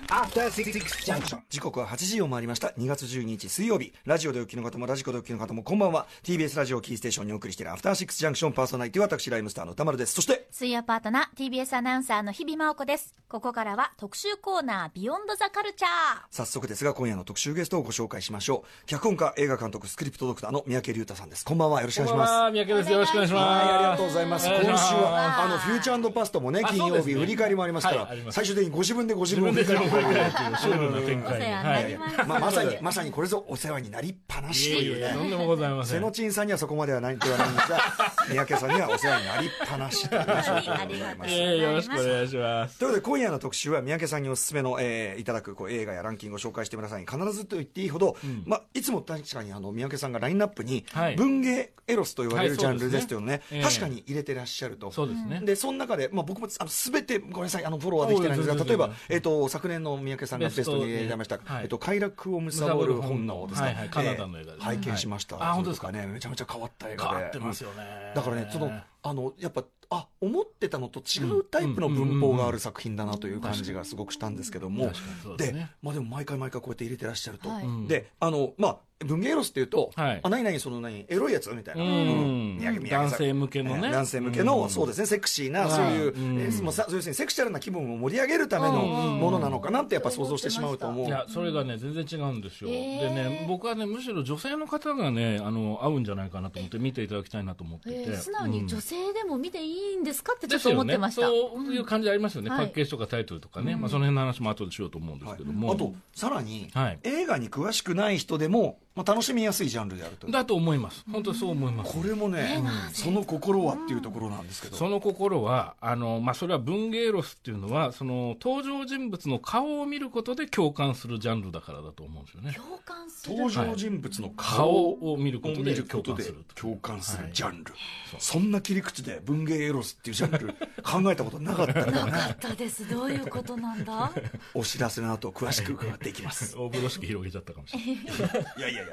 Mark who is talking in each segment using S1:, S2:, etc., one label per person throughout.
S1: After Six Junction。
S2: 時刻は8時を回りました。2月12日水曜日、ラジオでお聞きの方もラジコでお聞きの方もこんばんは。 TBS ラジオキーステーションにお送りしているアフターシックスジャンクション、パーソナリティは私ライムスターの歌丸です。そして
S3: 水曜パートナー TBS アナウンサーの日々真央子です。ここからは特集コーナービヨンドザカルチャー。
S2: 早速ですが今夜の特集ゲストをご紹介しましょう。脚本家、映画監督、スクリプトドクターの三宅龍太さんです。こんばんは、よろしくお願いします。
S4: 三宅です。よろしくお願いします。
S2: はい、ありがとうございます。今週
S4: お願いします
S2: はフューチャーパストもね、金曜日振り返りもありますから、
S4: はいあります
S2: 最終的にご自分でご自分を振り返る
S4: シュールな展開に。
S3: お世話になりました。
S2: まさにこれぞお世話になりっぱなしというね。
S4: とんでもございません。
S2: 瀬野珍さんにはそこまではないではないんですが、三宅さんにはお世話になりっぱなしという紹介でございます。
S4: よろしくお願いします。
S2: ということで今夜の特集は三宅さんにおすすめの、いただく映画やランキングを紹介してください。必ずと言っていいほど、いつも確かに三宅さんがラインナップに、
S4: はい
S2: 文芸エロスと言われるジャンルです
S4: はい
S2: というのね、確かに入れてらっしゃると。
S4: そうですね。
S2: でその中で、僕も全てごめんなさいフォローはできてないんですが、例えば、昨年の三宅さんがベストに入れました快楽を貪る本能ですか、
S4: カナダの映画です。
S2: 拝見しました。
S4: あ、本当ですか。
S2: ね、めちゃめちゃ変わった映画で
S4: 変わってますよね。
S2: だからね、やっぱ思ってたのと違うタイプの文法がある作品だなという感じがすごくしたんですけども、でも毎回こうやって入れてらっしゃると、で文芸エロスっていうと、何エロいやつみたいな、
S4: 男性向けのね、
S2: 男性向けの、そうですね、セクシーなそういう要するにセクシャルな気分を盛り上げるためのものなのかなってやっぱ想像してしまうと思う。
S4: いや、それがね全然違うんですよ。でね、僕はねむしろ女性の方がね合うんじゃないかなと思って見ていただきたいなと思っていて、
S3: 素直に女性でも見ていいんですかってちょっと思ってました。
S4: そういう感じありますよね。パッケージとかタイトルとかね、その辺の話も後でしようと思うんですけども、
S2: あとさらに映画に詳しくない人でも楽しみやすいジャンルであると。
S4: だと思います。本当にそう思います。
S2: これもね、その心はっていうところなんですけど、
S4: その心はそれは文芸エロスっていうのはその登場人物の顔を見ることで共感するジャンルだからだと思うんですよね。
S3: 共感する
S2: 登場人物の
S4: 顔を見ることで共感する
S2: ジャンル、そんな切り口で文芸エロスっていうジャンル考えたことなかったからね。
S3: なかったです。どういうことなんだ。
S2: お知らせの後詳しく伺っていきます。
S4: 大風呂敷広げちゃったかもしれない。
S2: いや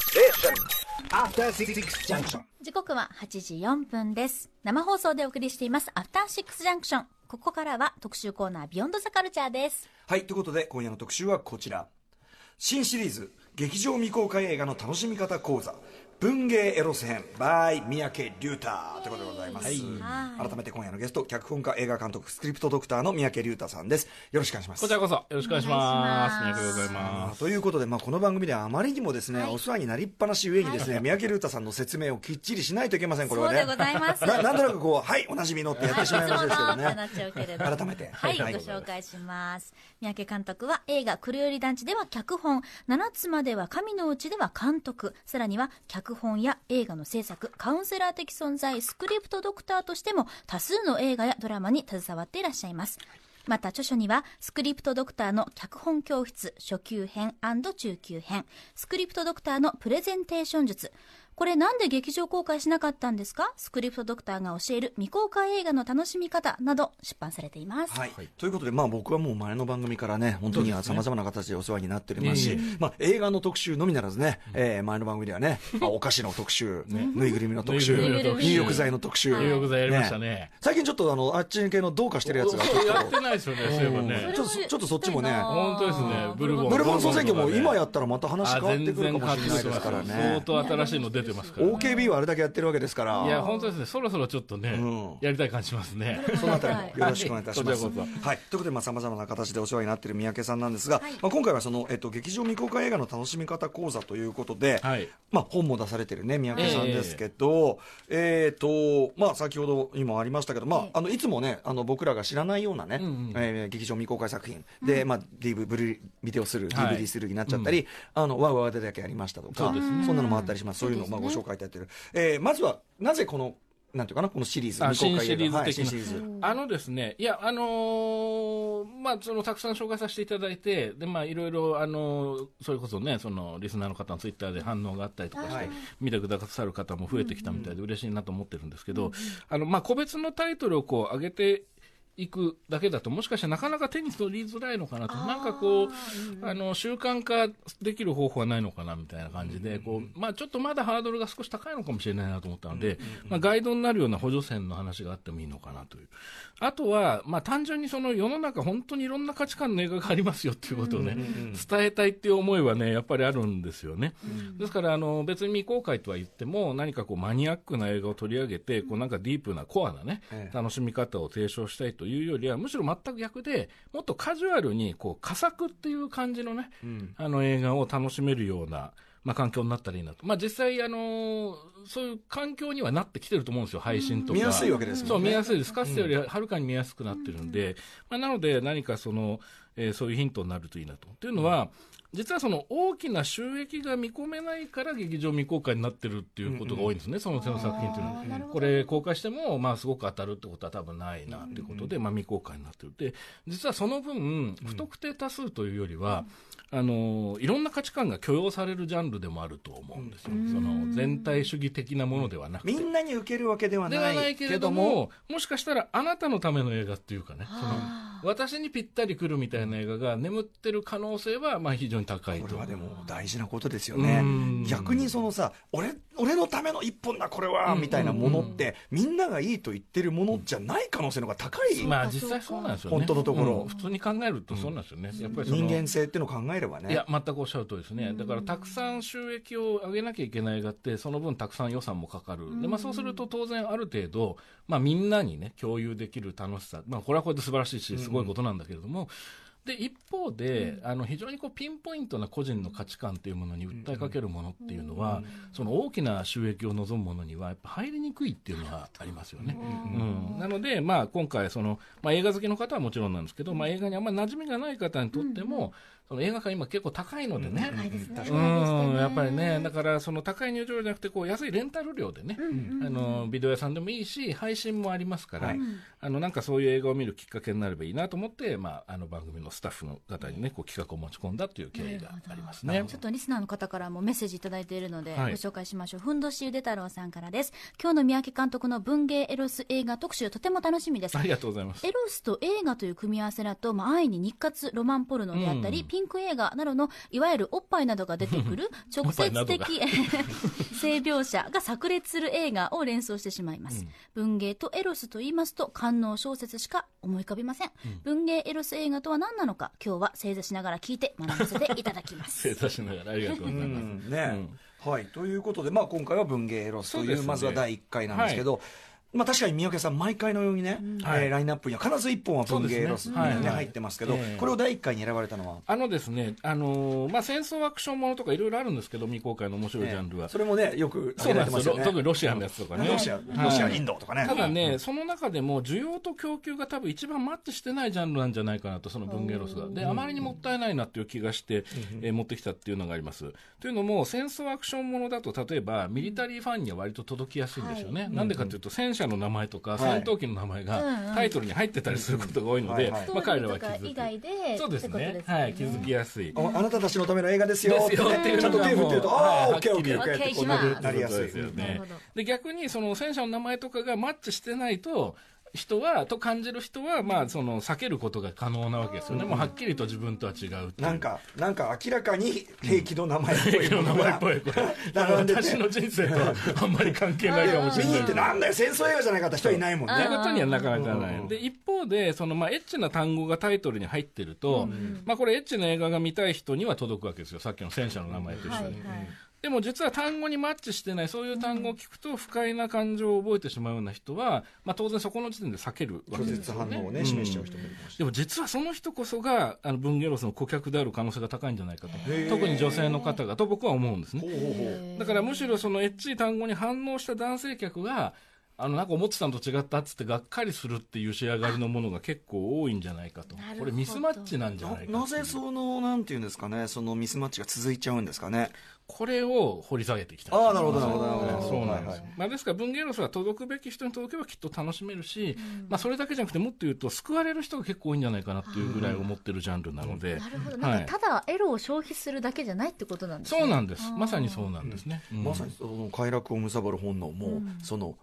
S1: After Six Junction。
S3: 時刻は8時4分です。生放送でお送りしていますアフターシックスジャンクション。ここからは特集コーナービヨンドザカルチャーです。
S2: はい、ということで今夜の特集はこちら。新シリーズ劇場未公開映画の楽しみ方講座、文芸エロス編 by 三宅龍太ということでございます。改めて今夜のゲスト、脚本家、映画監督、スクリプトドクターの三宅龍太さんです。よろしくお願いします。
S4: こちらこそよろしくお願いします。三宅でございます。
S2: ということで、この番組ではあまりにもですね、お世話になりっぱなし上にですね、三宅龍太さんの説明をきっちりしないといけません。これはね。
S3: そうでございます。
S2: なんとなくはいおなじみのってやってしまいますけどね。
S3: ってなっちゃうけれど。
S2: 改めて
S3: ご紹介します。三宅監督は映画黒百合団地では脚本、七つまでは神のうちでは監督、さらには脚本や映画の制作、カウンセラー的存在、スクリプトドクターとしても多数の映画やドラマに携わっていらっしゃいます。また著書にはスクリプトドクターの脚本教室初級編&中級編、スクリプトドクターのプレゼンテーション術、これなんで劇場公開しなかったんですか、スクリプトドクターが教える未公開映画の楽しみ方など出版されています。
S2: はい、ということで、僕はもう前の番組からね本当にさまざまな形でお世話になっておりますし、映画の特集のみならずね、前の番組ではね、お菓子の特集、ぬいぐるみの特集、入浴剤の特集、
S4: 入浴剤やりましたね。
S2: 最近ちょっとあっち系のどうかしてるやつが
S4: やってないですよね。そういえばね、
S2: ちょっとそっちもね、
S4: 本当ですね。ブル
S2: ボン総選挙も今やったらまた話変わってくるかもしれないですからね。
S4: 相当新しいの出てますからね。
S2: OKB はあれだけやってるわけですから。
S4: いや本当ですね。そろそろちょっとね、やりたい感じしますね。
S2: そのあたりもよろしくお願いいたします。
S4: はい、
S2: ということでさまざまな形でお世話になっている三宅さんなんですが、今回はその劇場未公開映画の楽しみ方講座ということで、本も出されてるね三宅さんですけど、先ほどにもありましたけど、いつもね僕らが知らないようなね、劇場未公開作品で、ビデオする DVD するになっちゃったり、ワウワウでだけありましたとか、そんなのもあったりします。そういうのをご紹介いただいてる。まずはなぜこのなんていうかな、このシリーズ、
S4: 新シリーズ的な、ですね、いやそのたくさん紹介させていただいて、でいろいろそれこそね、そのリスナーの方のツイッターで反応があったりとかして、見てくださる方も増えてきたみたいで嬉しいなと思ってるんですけど、個別のタイトルをこう上げて行くだけだともしかしたらなかなか手に取りづらいのかなと、なんかこう習慣化できる方法はないのかなみたいな感じで、こうちょっとまだハードルが少し高いのかもしれないなと思ったので、ガイドになるような補助線の話があってもいいのかなという。あとは、単純にその世の中本当にいろんな価値観の映画がありますよっていうことをね、伝えたいっていう思いはねやっぱりあるんですよね。ですから別に未公開とは言っても何かこうマニアックな映画を取り上げてこうなんかディープなコアなね、楽しみ方を提唱したいというよりはむしろ全く逆で、もっとカジュアルにこう佳作っていう感じのね、映画を楽しめるような環境になったらいいなと。実際そういう環境にはなってきてると思うんですよ、配信とか。
S2: 見やすいわけですもんね。
S4: そう見やすいです。かつてよりはるかに見やすくなってるんで、なので何かそういうヒントになるといいなと。というのは実はその大きな収益が見込めないから劇場未公開になってるっていうことが多いんですね、その手の作品っていうのは。これ公開してもすごく当たるってことは多分ないなっていうことで、未公開になってる。で実はその分不特定多数というよりは、いろんな価値観が許容されるジャンルでもあると思うんですよ。その全体主義的なものではなくて、
S2: みんなに受けるわけではない
S4: けれども、もしかしたらあなたのための映画っていうかね、私にぴったり来るみたいな映画が眠ってる可能性は非常に高いと。
S2: これはでも大事なことですよね。逆にそのさ、俺のための一本だこれはみたいなものって、みんながいいと言ってるものじゃない可能性の方が高い。
S4: 実際そうなんですよね。
S2: 本当のところ、
S4: 普通に考えるとそうなんですよね。やっぱり
S2: 人間性っていうのを考えればね。
S4: いや全くおっしゃるとりですね。だからたくさん収益を上げなきゃいけない映画ってその分たくさん予算もかかる。でそうすると当然ある程度みんなにね共有できる楽しさ、これはこれで素晴らしいしすごいことなんだけれども、で一方で非常にこうピンポイントな個人の価値観というものに訴えかけるものっていうのは、その大きな収益を望むものにはやっぱ入りにくいっていうのがありますよね。なので今回映画好きの方はもちろんなんですけど、映画にあんまり馴染みがない方にとっても、その映画館今結構高いのでね、やっぱりね、だからその高い入場料じゃなくて安いレンタル料でね、ビデオ屋さんでもいいし配信もありますから、なんかそういう映画を見るきっかけになればいいなと思って、番組のスタッフの方にね企画を持ち込んだという経緯がありますね。
S3: ちょっとリスナーの方からもメッセージいただいているので、ご紹介しましょう。ふんどしゆで太郎さんからです。今日の三宅監督の文芸エロス映画特集とても楽しみです。
S4: ありがとうございます。
S3: エロスと映画という組み合わせだと、安易に日活ロマンポルノであったり、ピンク映画などのいわゆるおっぱいなどが出てくる直接的性描写が炸裂する映画を連想してしまいます。文芸とエロスと言いますと官能小説しか思い浮かびません。文芸エロス映画とは何なのか、今日は正座しながら聞いて学ばせていただきます
S4: 正座しながらありがとうございます
S2: はい、ということで、今回は文芸エロスという、まずは第1回なんですけど、確かに三宅さん毎回のようにね、ラインナップには必ず1本は文芸エロスに入ってますけど、これを第1回に選ばれたのは
S4: ですね、戦争アクションものとかいろいろあるんですけど、未公開の面白いジャンルは、
S2: それもねよく挙げられてますよね。
S4: 特にロシアのやつとかね、
S2: ロシアインドとかね。
S4: ただね、その中でも需要と供給が多分一番マッチしてないジャンルなんじゃないかなと、その文芸エロスがであまりにもったいないなっていう気がして、持ってきたっていうのがあります。というのも戦争アクションものだと例えばミリタリーファンには割と届きやすいんですよね。なんでかというと戦車の名前とか戦闘機の名前がタイトルに入ってたりすることが多いので、彼らは気づく。
S3: 以外で
S4: そうですね、気づきやすい。
S2: あなたたちのための映画ですよってちゃんと手振ってると、オッケーオッケーオッケーってこうなりやすいですよね。
S4: で逆にその戦車の名前とかがマッチしてないと感じる人はその避けることが可能なわけですよね。もうはっきりと自分とは違う
S2: なんか明らかに兵器の名前っぽい、
S4: 兵器の名前っぽい私の人生とはあんまり関係ないかもしれない。
S2: ってなんだよ戦争映画じゃないかって人はいないもんね。
S4: ということにはなかなかない。で一方でエッチな単語がタイトルに入ってると、これエッチな映画が見たい人には届くわけですよ。さっきの戦車の名前と一緒に。でも実は単語にマッチしてない、そういう単語を聞くと不快な感情を覚えてしまうような人は、当然そこの時点で避けるわけですよね。
S2: 反応をね、示しちゃう人もいます。
S4: でも実はその人こそが文芸エロスの顧客である可能性が高いんじゃないかと、特に女性の方がと僕は思うんですね。だからむしろそのエッチい単語に反応した男性客がなんか思ってたのと違ったっつってがっかりするっていう仕上がりのものが結構多いんじゃないかと。これミスマッチなんじゃないか。
S2: なぜそのなんていうんですかね、そのミスマッチが続いちゃうんですかね。
S4: これを掘り下げていきたい。
S2: なるほどなるほど。
S4: そうなんです。ですから文芸エロスは届くべき人に届けばきっと楽しめるし、それだけじゃなくてもっと言うと救われる人が結構多いんじゃないかなっていうぐらい思ってるジャンルなので。
S3: なるほど。なんかただエロを消費するだけじゃないってことなんですね。
S4: そうなんです。まさにそうなんですね。
S2: まさにその快楽を貪る本能も、もちろんそ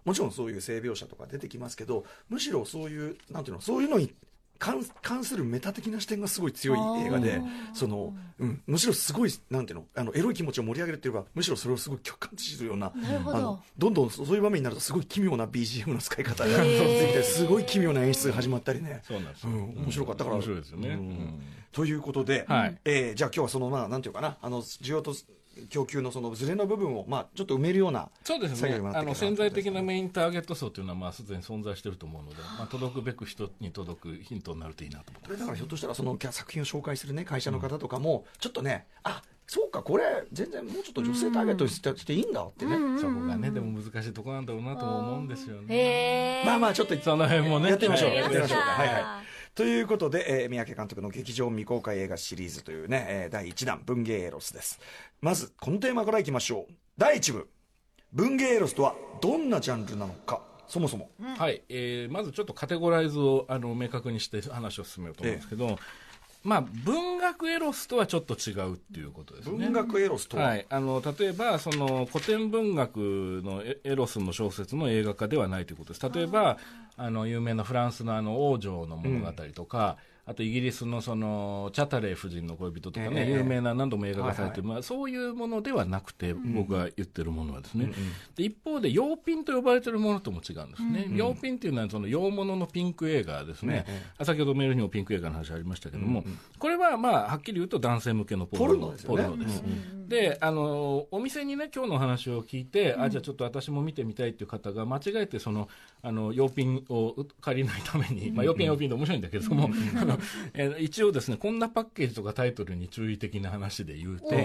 S2: そういう性描写とか出てきますけど、むしろそういうなんていうの、そういうのに関するメタ的な視点がすごい強い映画で、むしろすごいなんていうの、エロい気持ちを盛り上げるっていうか、むしろそれをすごい客観視するような、どんどんそういう場面になるとすごい奇妙な BGM の使い方がすごい奇妙な演出が始まったりね。
S4: そうなんですよ。
S2: 面白かったから。
S4: 面白いですよね。
S2: ということで、じゃあ今日はそのなんていうかな、需要と供給のそのズレの部分をちょっと埋めるような、
S4: そうですね、潜在的なメインターゲット層というのはすでに存在していると思うので、届くべく人に届くヒントになるといいなと思ってます。
S2: だからひょっとしたらその作品を紹介するね会社の方とかもちょっとね、そうか、これ全然もうちょっと女性ターゲットにしていいんだってね、
S4: そこがね、でも難しいところなんだろうなとも思うんですよね。
S2: ちょっと
S4: その辺もね
S2: やってみましょう。ということで、三宅監督の劇場未公開映画シリーズというね、第1弾文芸エロスです。まずこのテーマからいきましょう。第1部、文芸エロスとはどんなジャンルなのか、そもそも、
S4: はい、まずちょっとカテゴライズを明確にして話を進めようと思うんですけど、文学エロスとはちょっと違うっていうことですね。
S2: 文学エロスとは、
S4: 例えばその古典文学のエロスの小説の映画化ではないということです。例えば有名なフランスの王女の物語とか、あとイギリスのそのチャタレー夫人の恋人とかね、有名な何度も映画化されている、そういうものではなくて、僕が言ってるものはですね、で一方で洋品と呼ばれているものとも違うんですね。洋品っていうのはその洋物のピンク映画ですね。先ほどメールにもピンク映画の話ありましたけども、これははっきり言うと男性向けのポルノです。でお店にね今日の話を聞いて、じゃあちょっと私も見てみたいっていう方が間違えてその洋品を借りないために、洋品で面白いんだけれども、一応ですね、こんなパッケージとかタイトルに注意的な話で言うと、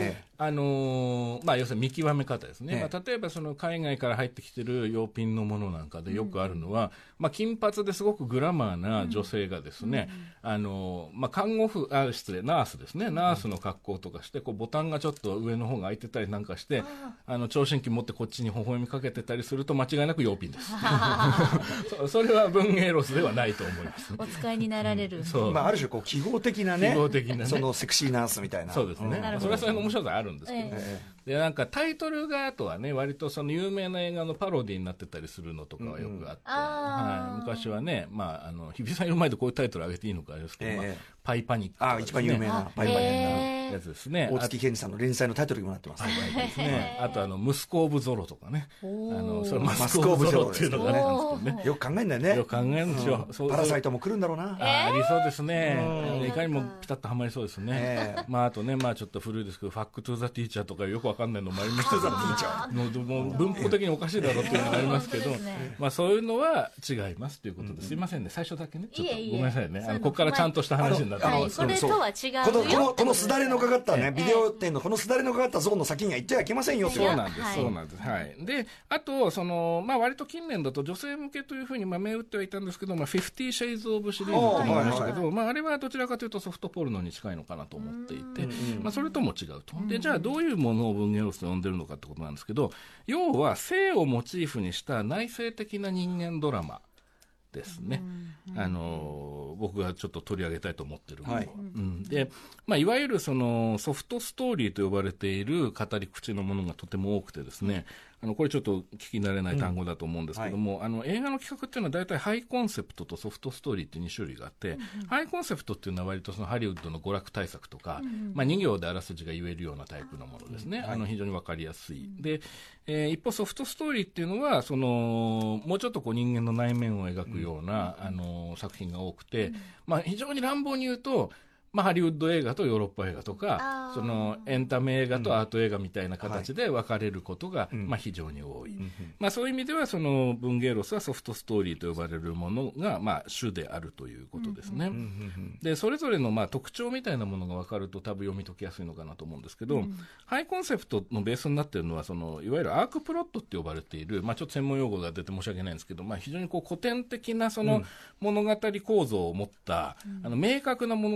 S4: 要するに見極め方ですね。例えばその海外から入ってきてる洋品のものなんかでよくあるのは、金髪ですごくグラマーな女性がですね、看護婦失礼ナースですね、ナースの格好とかしてボタンがちょっと上の方が開いてたりなんかして聴診器持ってこっちに微笑みかけてたりすると間違いなく洋品ですそれは文芸エロスではないと思います、
S3: お使いになられる、
S2: ある種記号的なね、そのセクシーナースみたいな、
S4: そうですね、それはそれの面白さあるんですけど、でなんかタイトルがあとはね割とその有名な映画のパロディになってたりするのとかはよくあって、昔はね日比さんいる前でこういうタイトル上げていいのかあれですけど、パイパニックとか、
S2: 一番有名なパイパニックな
S4: やつですね。
S2: 大月健二さんの連載のタイトルにもなってます
S4: ね。あと息子オブゾロとかね、それマスクオブゾロっていうのがね、
S2: よく考えるんだよね。
S4: よく考えるんですよ。
S2: パラサイトも来るんだろうな。
S4: ありそうですね。いかにもピタッとはまりそうですね。あとね、ちょっと古いですけど、ファックトゥーザティーチャーとかよくわかんないのもありますけど、もう文法的におかしいだろうっていうのがありますけど、そういうのは違いますということです。すいませんね、最初だけね、ちょっとごめんなさいね。ここからちゃんとした話になってます。
S3: これとは違うよ。
S2: このすだれのかかったね、ビデオ店のこのすだれのかかったゾーンの先には行ってはいけませんよっていう。
S4: そうなんです、そうなんです。はい。で、あと割と近年だと女性向けというふうに銘打ってはいたんですけど、50 Shades of シリーズっていうのがありましたけど、あれはどちらかというとソフトポルノに近いのかなと思っていて、それとも違うと。で、じゃあどういうものを文芸エロスと呼んでるのかってことなんですけど、要は性をモチーフにした内省的な人間ドラマですね。僕がちょっと取り上げたいと思っているものは、で、いわゆるそのソフトストーリーと呼ばれている語り口のものがとても多くてですね、これちょっと聞き慣れない単語だと思うんですけども、映画の企画っていうのは大体ハイコンセプトとソフトストーリーって2種類があって、ハイコンセプトっていうのは割とそのハリウッドの娯楽大作とか、2行であらすじが言えるようなタイプのものですね。非常に分かりやすい。で、一方ソフトストーリーっていうのはもうちょっと人間の内面を描くような、作品が多くて、非常に乱暴に言うとハリウッド映画とヨーロッパ映画とかそのエンタメ映画とアート映画みたいな形で分かれることが非常に多い、そういう意味ではその文芸エロスはソフトストーリーと呼ばれるものが主であるということですね。でそれぞれの特徴みたいなものが分かると多分読み解きやすいのかなと思うんですけど、ハイコンセプトのベースになっているのはいわゆるアークプロットって呼ばれている、ちょっと専門用語が出て申し訳ないんですけど、非常に古典的なその物語構造を持った、明確な物語構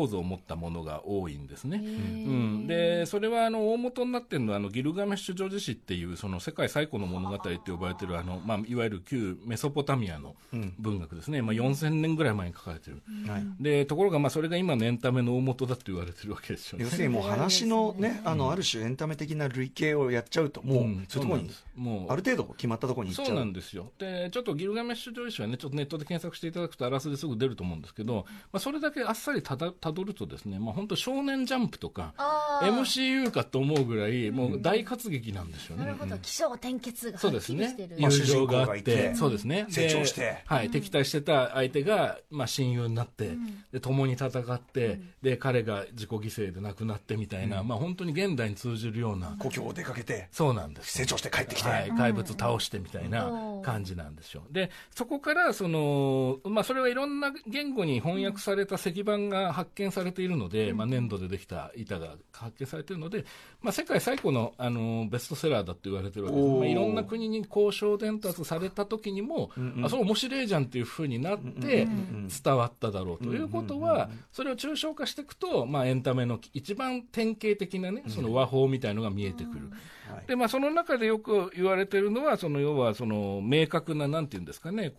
S4: 構造を持ったものが多いんですね。でそれは大元になっているのはギルガメッシュ叙事詩っていうその世界最古の物語って呼ばれているいわゆる旧メソポタミアの文学ですね、4000年ぐらい前に書かれている、でところがそれが今のエンタメの大元だと言われているわけですよね。
S2: 要するにもう話のね、ある種エンタメ的な類型をやっちゃうともう、そういうところにもうある程度決まったところに行っちゃう。
S4: そうなんですよ。でちょっとギルガメッシュ叙事詩はね、ちょっとネットで検索していただくとあらすじすぐ出ると思うんですけど、それだけあっさりたどるとですね、本当少年ジャンプとか MCU かと思うぐらいもう大活劇なんですよね。
S3: なるほど、起承転結がは
S4: そう
S3: っ
S4: ですね、
S3: きりしてる。
S4: 友情があって、そうですね、
S2: 成長して、
S4: 敵対してた相手が親友になって、で共に戦って、で彼が自己犠牲で亡くなってみたいな、本当に現代に通じるような、
S2: 故郷を出かけて、
S4: そうなんです、
S2: 成長して帰ってきて、
S4: 怪物倒してみたいな感じなんですよ。でそこからそれはいろんな言語に翻訳された石板が発見されているので、粘土でできた板が発見されているので、世界最古の、ベストセラーだと言われているわけです。いろんな国に交渉伝達された時にも、それ面白いじゃんっていうふうになって伝わっただろうということは、それを抽象化していくと、エンタメの一番典型的なね、その和法みたいのが見えてくる。でその中でよく言われているのは、要は明確な、なんていうんですかね、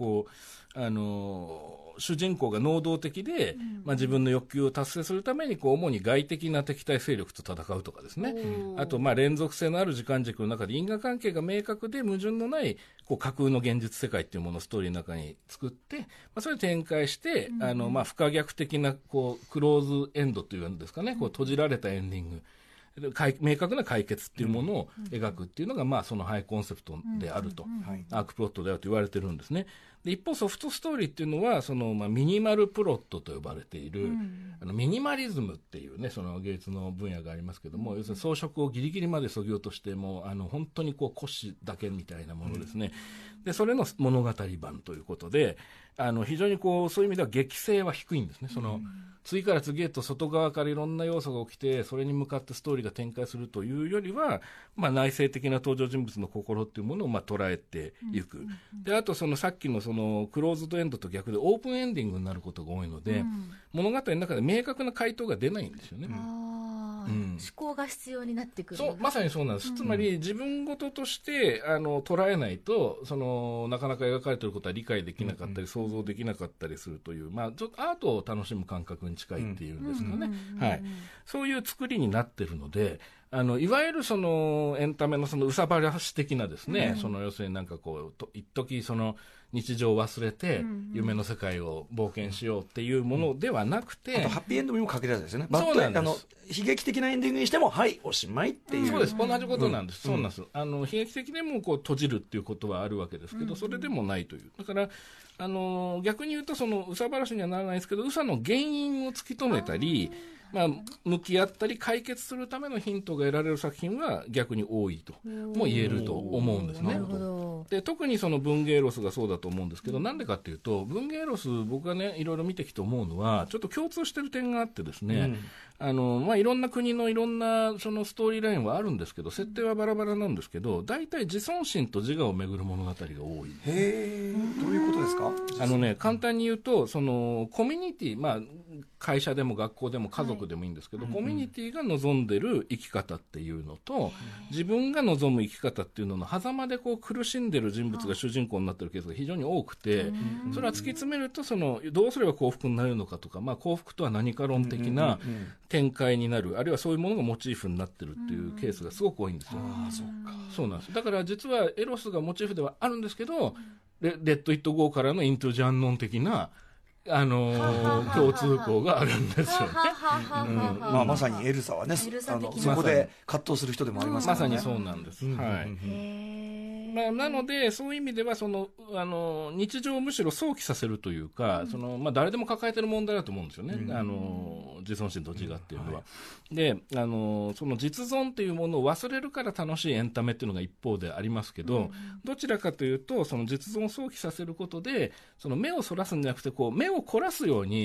S4: 主人公が能動的で、自分の欲求を達成するために主に外的な敵対勢力と戦うとかですね、あと連続性のある時間軸の中で因果関係が明確で矛盾のない架空の現実世界っていうものをストーリーの中に作って、それを展開して、不可逆的なクローズエンドというんですかね、閉じられたエンディング、明確な解決っていうものを描くっていうのが、そのハイコンセプトであると、アークプロットであると言われてるんですね。で一方ソフトストーリーっていうのはミニマルプロットと呼ばれている、ミニマリズムっていうね、その芸術の分野がありますけども、要するに装飾をギリギリまで削ぎ落としても本当に骨子だけみたいなものですね。でそれの物語版ということで、非常にそういう意味では劇性は低いんですね。次から次へと外側からいろんな要素が起きて、それに向かってストーリーが展開するというよりは、内省的な登場人物の心っていうものを捉えていく。であとさっきのクローズドエンドと逆でオープンエンディングになることが多いので、物語の中で明確な回答が出ないんですよね。
S3: 思考が必要になってくる。
S4: まさにそうなんです。つまり自分事として捉えないとなかなか描かれていることは理解できなかったり、想像できなかったりするという、ちょっとアートを楽しむ感覚に近いっていうんですかね、そういう作りになっているので、いわゆるエンタメのうさばらし的なですね、要するに一時日常を忘れて夢の世界を冒険しようっていうものではなくて、
S2: あとハッピーエンドにもかけられたですよね。
S4: そうなんです。
S2: 悲劇的なエンディングにしてもはいおしまいっていう、
S4: そうです、同じことなんです。そうなんです。悲劇的でも閉じるっていうことはあるわけですけど、それでもないという。だから逆に言うとうさばらしにはならないですけど、うさの原因を突き止めたり、向き合ったり解決するためのヒントが得られる作品は逆に多いとも言えると思うんですね。で特に文芸ロスがそうだと思うんですけど、なんでかっていうと、文芸ロス僕がねいろいろ見てきて思うのは、ちょっと共通してる点があってですね、いろんな国のいろんなストーリーラインはあるんですけど、設定はバラバラなんですけど、大体自尊心と自我をめぐる物語が多い。
S2: へー、どういうことですか？
S4: 簡単に言うとコミュニティ、会社でも学校でも家族でもいいんですけど、コミュニティが望んでる生き方っていうのと、自分が望む生き方っていうのの狭間で苦しんでる人物が主人公になってるケースが非常に多くて、それは突き詰めるとどうすれば幸福になれるのかとか、幸福とは何か論的な展開になる、あるいはそういうものがモチーフになってるっていうケースがすごく多いんですよ。そうなんです。だから実はエロスがモチーフではあるんですけど、レッド・イット・ゴーからのイントゥ・ジャンノン的な共通項があるんですよね。
S2: まさにエルサはね、そこで葛藤する人でもありますからね。
S4: まさにそうなんです。なのでそういう意味では日常をむしろ想起させるというか、誰でも抱えてる問題だと思うんですよね、自尊心と自我っていうのは。で実存っていうものを忘れるから楽しいエンタメっていうのが一方でありますけど、どちらかというと実存を想起させることで目をそらすんじゃなくて目を凝らすように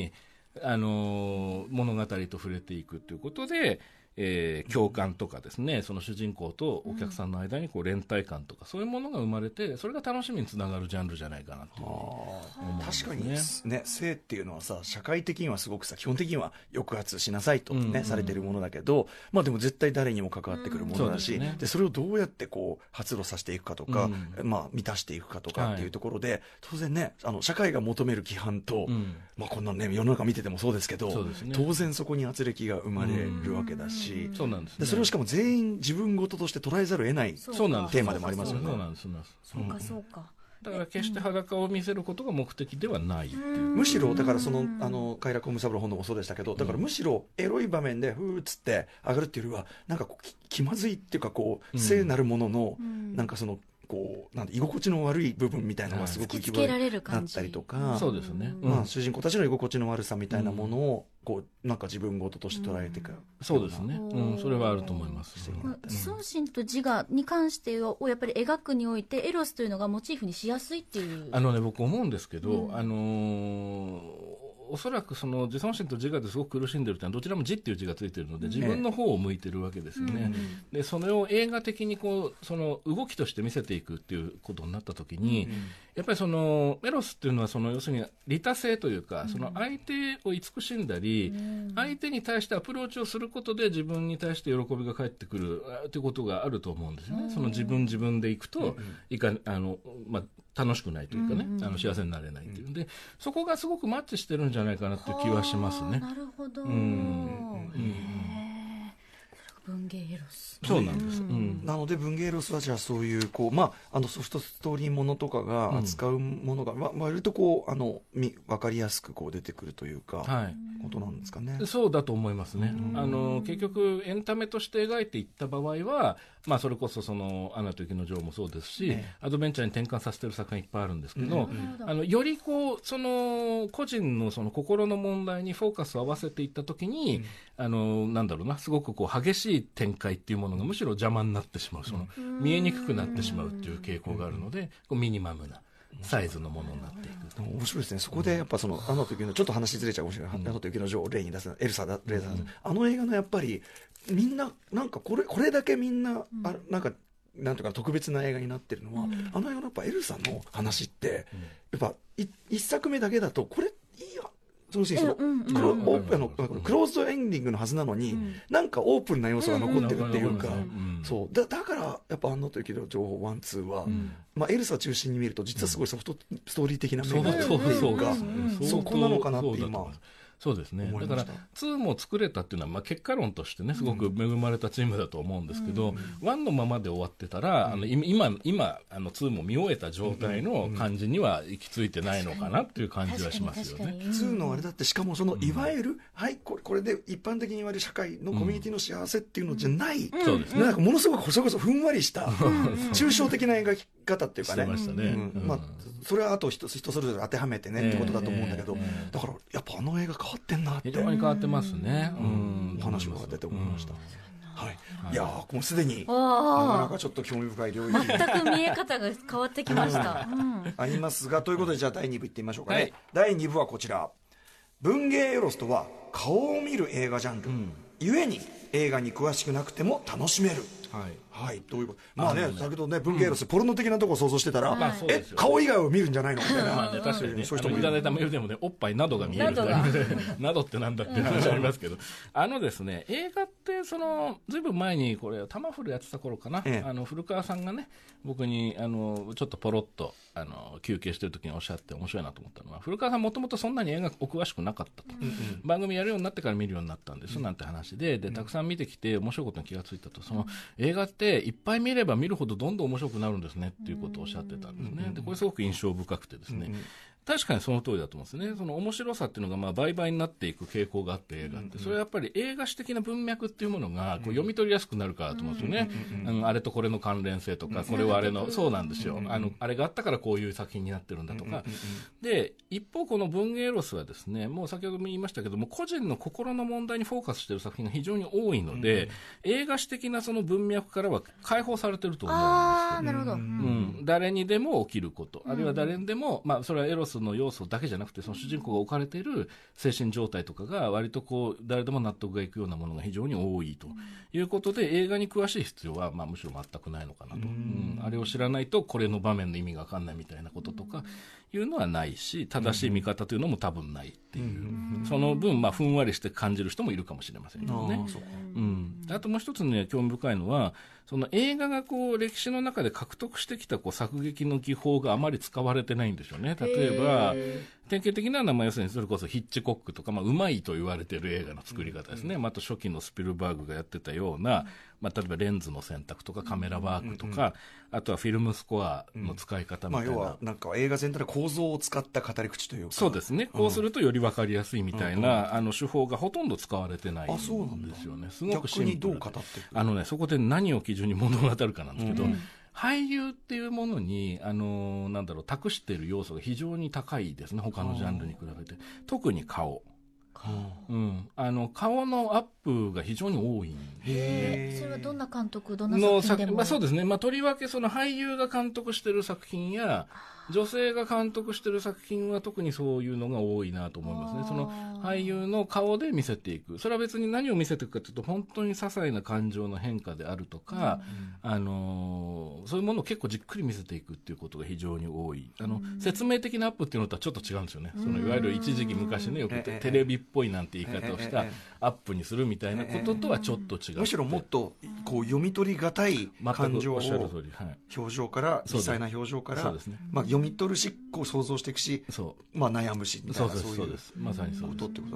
S4: 物語と触れていくということで、共感とかですね、その主人公とお客さんの間にこう連帯感とか、そういうものが生まれて、それが楽しみにつながるジャンルじゃないかなと思うんですね。
S2: 確かにね、性っていうのはさ、社会的にはすごくさ、基本的には抑圧しなさいとね、されてるものだけど、まあでも絶対誰にも関わってくるものだし、でそれをどうやってこう発露させていくかとか、まあ満たしていくかとかっていうところで、当然ね、社会が求める規範と、まあこんなね、世の中見ててもそうですけど、当然そこに圧力が生まれるわけだし、
S4: そうなんですね。
S2: でそれをしかも全員自分事として捉えざるを得ないテーマでもありますよね。
S4: そうなんです。
S3: そうかそうか。
S4: だから決して裸を見せることが目的ではないっていう。
S2: むしろだから快楽ホームサブロー本能もそうでしたけど、だからむしろエロい場面でふーっつって上がるっていうよりは、なんかこう気まずいっていうか、こう聖なるもののなんかそのこうなんて居心地の悪い部分みたいなのがすごく浮き彫りになったりとか、
S4: そうですね。
S2: まあ主人公たちの居心地の悪さみたいなものをこうなんか自分事として捉えていく。
S4: そうですね。それはあると思います。
S3: 相心と自我に関してをやっぱり描くにおいてエロスというのがモチーフにしやすいっていう。
S4: 僕思うんですけど、おそらくその自尊心と自我ですごく苦しんでるってのはどちらも自っていう字がついてるので自分の方を向いてるわけですよね。でそれを映画的にこうその動きとして見せていくっていうことになった時に、やっぱりそのエロスっていうのはその要するに利他性というか、その相手を慈しんだり、相手に対してアプローチをすることで自分に対して喜びが返ってくるということがあると思うんですよね。その自分でいくと楽しくないというかね、幸せになれないというので、そこがすごくマッチしてるんじゃないかなという気はしますね。
S3: なるほど。文芸エロス。
S4: そうなんです。
S2: なので文芸エロスはじゃあそういうこう、まあソフトストーリーものとかが扱うものが、割とこう分かりやすくこう出てくるというか、ことなんですかね。
S4: そうだと思いますね。結局エンタメとして描いていった場合は、まあそれこそそのアナと雪の女王もそうですし、アドベンチャーに転換させてる作品いっぱいあるんですけど、よりこうその個人のその心の問題にフォーカスを合わせていったときに、なんだろうな、すごくこう激しい展開っていうものがむしろ邪魔になってしまう、その見えにくくなってしまうっていう傾向があるので、こうミニマムなサイズのものになっていく。
S2: 面白いですね。そこでやっぱそのアナと雪のちょっと話ずれちゃうかもしれない。アナと雪の女王を例に出すエルサだレーザー、映画のやっぱりみんななんかこれだけみんななんかなんていうか特別な映画になってるのは、映画のやっぱエルサの話ってやっぱ一作目だけだとこれいいや。クローズドエンディングのはずなのに、なんかオープンな要素が残ってるっていうか、そうだからやっぱアンナと雪の女王1、2は、エルサ中心に見ると実はすごいソフトストーリー的な面があるっていうか、そこなのかなって今。
S4: そうですね。だから2も作れたっていうのは、結果論としてねすごく恵まれたチームだと思うんですけど、1のままで終わってたら、今2も見終えた状態の感じには行き着いてないのかなっていう感じはしますよね。
S2: 2のあれだって、しかもそのいわゆる、これで一般的に言われる社会のコミュニティの幸せっていうのじゃない、なんかものすごくそれこそふんわりした抽象的な描き方っていうかね。それはあと人それぞれ当てはめてねってことだと思うんだけど、だからやっぱあの映画変わってんなって、
S4: 非常に変わってますね。
S2: お話が出て思いました。いやもうすでになかなかちょっと興味深い領域、
S3: 全く見え方が変わってきました
S2: ありますが、ということでじゃあ第2部いってみましょうかね。第2部はこちら。文芸エロスとは顔を見る映画ジャンル、ゆえに映画に詳しくなくても楽しめる。どういうこと。先ほどね、文芸エロス、ポルノ的なところを想像してたら、顔以外を見るんじゃないのみたいな。
S4: 確かにね、そういう人もいただいたメールでもね、おっぱいなどが見えるなどってなんだっていう話ありますけど、ですね、映画ってずいぶん前にこれタマフルやってた頃かな、古川さんがね僕にちょっとポロッと休憩してる時におっしゃって面白いなと思ったのは、古川さんもともとそんなに映画お詳しくなかったと、番組やるようになってから見るようになったんですなんて話で、たくさん見てきて面白いことに気がついたと。その映画っていっぱい見れば見るほどどんどん面白くなるんですねっていうことをおっしゃってたんですね。でこれすごく印象深くてですね、確かにその通りだと思うんですね。その面白さっていうのが倍々になっていく傾向があって、映画って、それはやっぱり映画史的な文脈っていうものがこう読み取りやすくなるからと思うんですよね。あれとこれの関連性とか、これはあれの、そうなんですよ。あれがあったからこういう作品になってるんだとか。で、一方この文芸エロスはですね、もう先ほども言いましたけども、個人の心の問題にフォーカスしている作品が非常に多いので、映画史的なその文脈からは解放されてると思うんですよ。
S3: なるほど。
S4: 誰にでも起きること、あるいは誰にでも、それはエロスその要素だけじゃなくて、その主人公が置かれている精神状態とかが割とこう誰でも納得がいくようなものが非常に多いということで、映画に詳しい必要はむしろ全くないのかなと、あれを知らないとこれの場面の意味が分かんないみたいなこととかいうのはないし、正しい見方というのも多分ないっていう、その分ふんわりして感じる人もいるかもしれませんけどね。あともう一つね、興味深いのは、その映画がこう歴史の中で獲得してきたこう作劇の技法があまり使われてないんですよね。例えば典型的なのは要するにそれこそヒッチコックとか、うまいと言われている映画の作り方ですね。あと初期のスピルバーグがやってたような、例えばレンズの選択とかカメラワークとか、あとはフィルムスコアの使い方みたいな、
S2: 要はなんか映画全体で構造を使った語り口というか、
S4: そうですね、こうするとより分かりやすいみたいな、手法がほとんど使われてないんですよね。すごくシンプル。逆にどう語っていく？そこで何を基準に物語るかなんですけど、俳優っていうものに託している要素が非常に高いですね、他のジャンルに比べて。特に顔、顔のアップが非常に多いん
S3: で、それはどんな監督、どんな作品でも、
S4: そうですね、とりわけその俳優が監督している作品や女性が監督している作品は特にそういうのが多いなと思いますね。その俳優の顔で見せていく、それは別に何を見せていくかというと、本当に些細な感情の変化であるとか、そういうものを結構じっくり見せていくっていうことが非常に多い。説明的なアップっていうのとはちょっと違うんですよね。そのいわゆる一時期昔ね、よくテレビっぽいなんて言い方をしたアップにするみたいなこととはちょっと違う。
S2: むしろもっとこう読み取りがたい感情を、表情から実際な表情から、読み取るし、こう想像していくし、悩むしみたいな、そういう
S4: まさにそう
S2: ことってこと。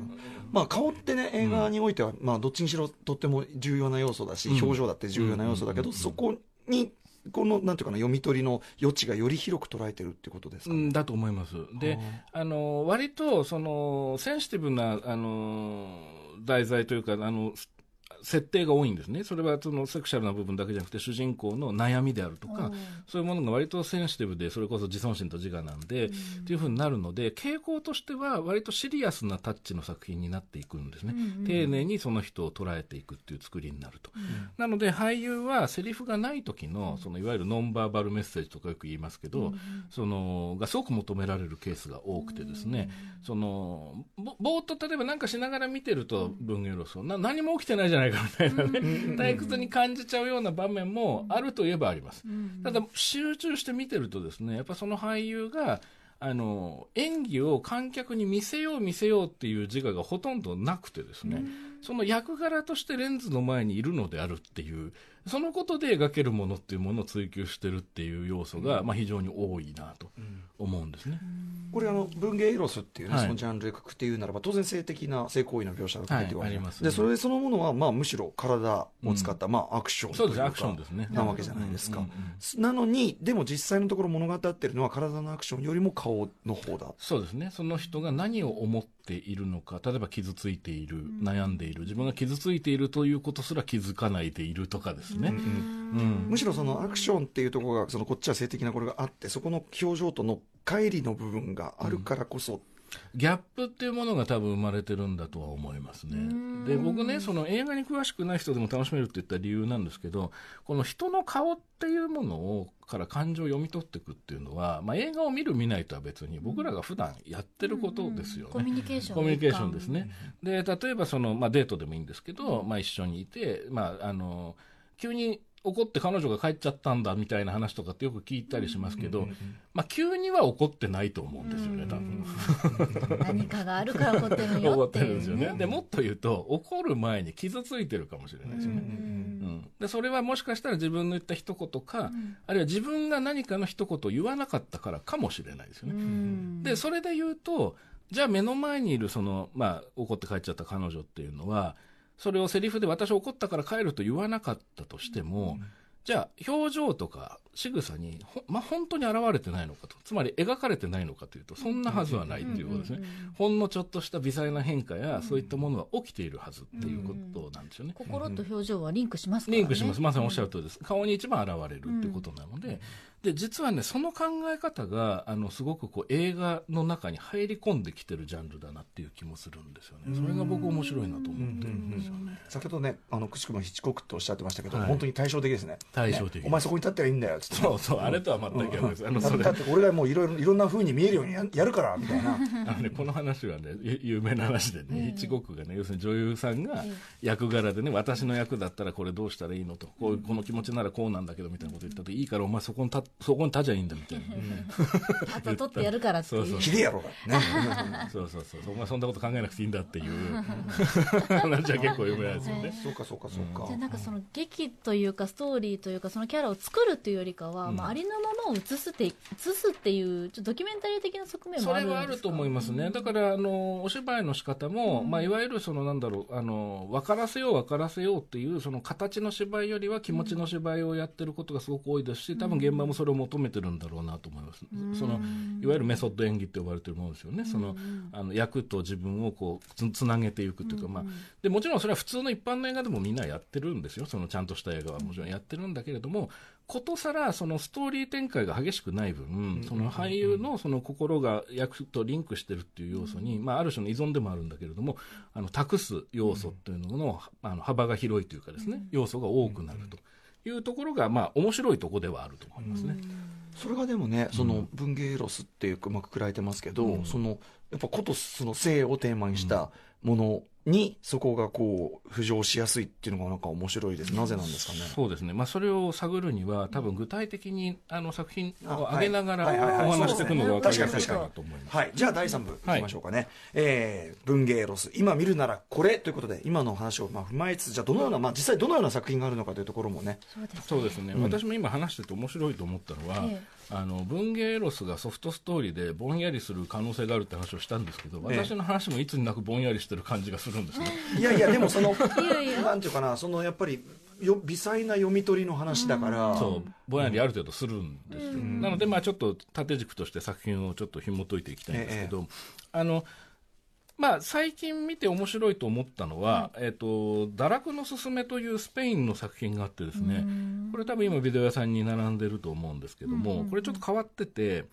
S2: 顔ってね、映画においてはどっちにしろとっても重要な要素だし、表情だって重要な要素だけど、そこにこのなんていうかな、読み取りの余地がより広く捉えてるってことですか？
S4: だと思います。で、割とそのセンシティブな題材というか設定が多いんですね。それはそのセクシャルな部分だけじゃなくて、主人公の悩みであるとか、そういうものが割とセンシティブで、それこそ自尊心と自我なんで、っていうふうになるので、傾向としては割とシリアスなタッチの作品になっていくんですね。丁寧にその人を捉えていくっていう作りになると。なので俳優はセリフがない時の、そのいわゆるノンバーバルメッセージとかよく言いますけど、がすごく求められるケースが多くてですね、ぼーっと例えばなんかしながら見てると文芸ロス何も起きてないじゃないかみたいなね、退屈に感じちゃうような場面もあるといえばあります。ただ集中して見てるとですね、やっぱその俳優が演技を観客に見せようっていう自我がほとんどなくてですね、その役柄としてレンズの前にいるのであるっていう、そのことで描けるものっていうものを追求してるっていう要素が、非常に多いなと思うんですね。
S2: これ文芸エロスっていうね、そのジャンルで書くっていうならば、当然性的な性行為の描写が書けてはありますね。でそれそのものはむしろ体を使った、アクションというか、
S4: アクションですね、
S2: なわけじゃないですか。なのにでも実際のところ物語ってるのは体のアクションよりも顔の方だ。
S4: そうですね。その人が何を思っているのか、例えば傷ついている、悩んでいる、自分が傷ついているということすら気づかないでいるとかですね。
S2: むしろそのアクションっていうところが、こっちは性的なこれがあって、そこの表情との乖離の部分があるからこそ、
S4: ギャップっていうものが多分生まれてるんだとは思いますね。で、僕ね、その映画に詳しくない人でも楽しめるって言った理由なんですけど、この人の顔っていうものをから感情を読み取っていくっていうのは、映画を見る見ないとは別に僕らが普段やってることですよね。
S3: コミュニケーシ
S4: ョンですね。で、例えばその、デートでもいいんですけど、一緒にいて、急に怒って彼女が帰っちゃったんだみたいな話とかってよく聞いたりしますけど、急には怒ってないと思うんですよね、多分。
S3: 何かがあるから怒ってるよ
S4: 怒ってるんですよね。で、もっと言うと、怒る前に傷ついてるかもしれないですよね。で、それはもしかしたら自分の言った一言か、あるいは自分が何かの一言を言わなかったからかもしれないですよね。で、それで言うと、じゃあ目の前にいる怒って帰っちゃった彼女っていうのは、それをセリフで私怒ったから帰ると言わなかったとしても、じゃあ表情とか仕草に本当に現れてないのかと、つまり描かれてないのかというと、そんなはずはないっていうことですね。ほんのちょっとした微細な変化や、そういったものが起きているはずっていうことなんですよね。
S3: 心と表情はリンクしますからね。
S4: リンクします。まさにおっしゃる通りです。顔に一番現れるっていうことなので、で実はね、その考え方がすごく映画の中に入り込んできてるジャンルだなっていう気もするんですよね。それが僕面白いなと思ってるんですよね。
S2: 先ほどね、くしくもヒッチコックとおっしゃってましたけど、本当に対照的ですね。
S4: 対照的。
S2: お前そこに立ってりゃいいんだよ、 つって。
S4: そうそう、あれとは全く逆です。
S2: だって俺がもういろんな風に見えるようにやるからみたいな。
S4: この話はね、有名な話でね、一国がね、要するに女優さんが役柄でね、私の役だったらこれどうしたらいいのと、この気持ちならこうなんだけどみたいなこと言ったと、いいからお前そこに立ちゃいいんだみたいな。
S3: あと取ってやるからっていう。
S2: ひでやろがね。
S4: そう、お前そんなこと考えなくていいんだっていう話は結構有名なんですよね。
S2: そうか。
S3: じゃあなんかその劇というかストーリーというかそのキャラを作るっていうよりかは、ありのままを映すっていうちょっとドキュメンタリー的な側面もあるんですか？
S4: それはあると思いますね。だからお芝居の仕方も、いわゆるそのなんだろう分からせようっていうその形の芝居よりは気持ちの芝居をやってることがすごく多いですし、多分現場もそれを求めてるんだろうなと思います。そのいわゆるメソッド演技って呼ばれてるものですよね。その役と自分をこうつなげていくというか、でもちろんそれは普通の一般の映画でもみんなやってるんですよ。そのちゃんとした映画はもちろんやってるんだけれども、ことさらそのストーリー展開が激しくない分、その俳優のその心が役とリンクしてるっていう要素に、ある種の依存でもあるんだけれども、託す要素っていうのの、幅が広いというかですね、要素が多くなるというところが、面白いところではあると思いますね。
S2: それがでもね、その文芸ロスっていうくくられてますけど、そのやっぱことその性をテーマにしたものにそこがこう浮上しやすいっていうのがなんか面白いです。なぜなんですかね。
S4: そうですね。それを探るには多分具体的に作品を上げながらお話していくのが分かりやすいかなと思います。
S2: はい。じゃあ第3部いきましょうかね。文芸ロス、今見るならこれということで、今の話を踏まえつつ、じゃあどのような、実際どのような作品があるのかというところもね。
S4: そうですね。私も今話してて面白いと思ったのは、文芸ロスがソフトストーリーでぼんやりする可能性があるって話をしたんですけど、私の話もいつになくぼんやりしてる感じがするんですね。
S2: いやでもそのなんていうかな、そのやっぱり微細な読み取りの話だから、
S4: そうぼんやりある程度するんですよ。なのでちょっと縦軸として作品をちょっと紐解いていきたいんですけど、最近見て面白いと思ったのは、堕落のすすめというスペインの作品があってですね、これ多分今ビデオ屋さんに並んでると思うんですけども、これちょっと変わってて、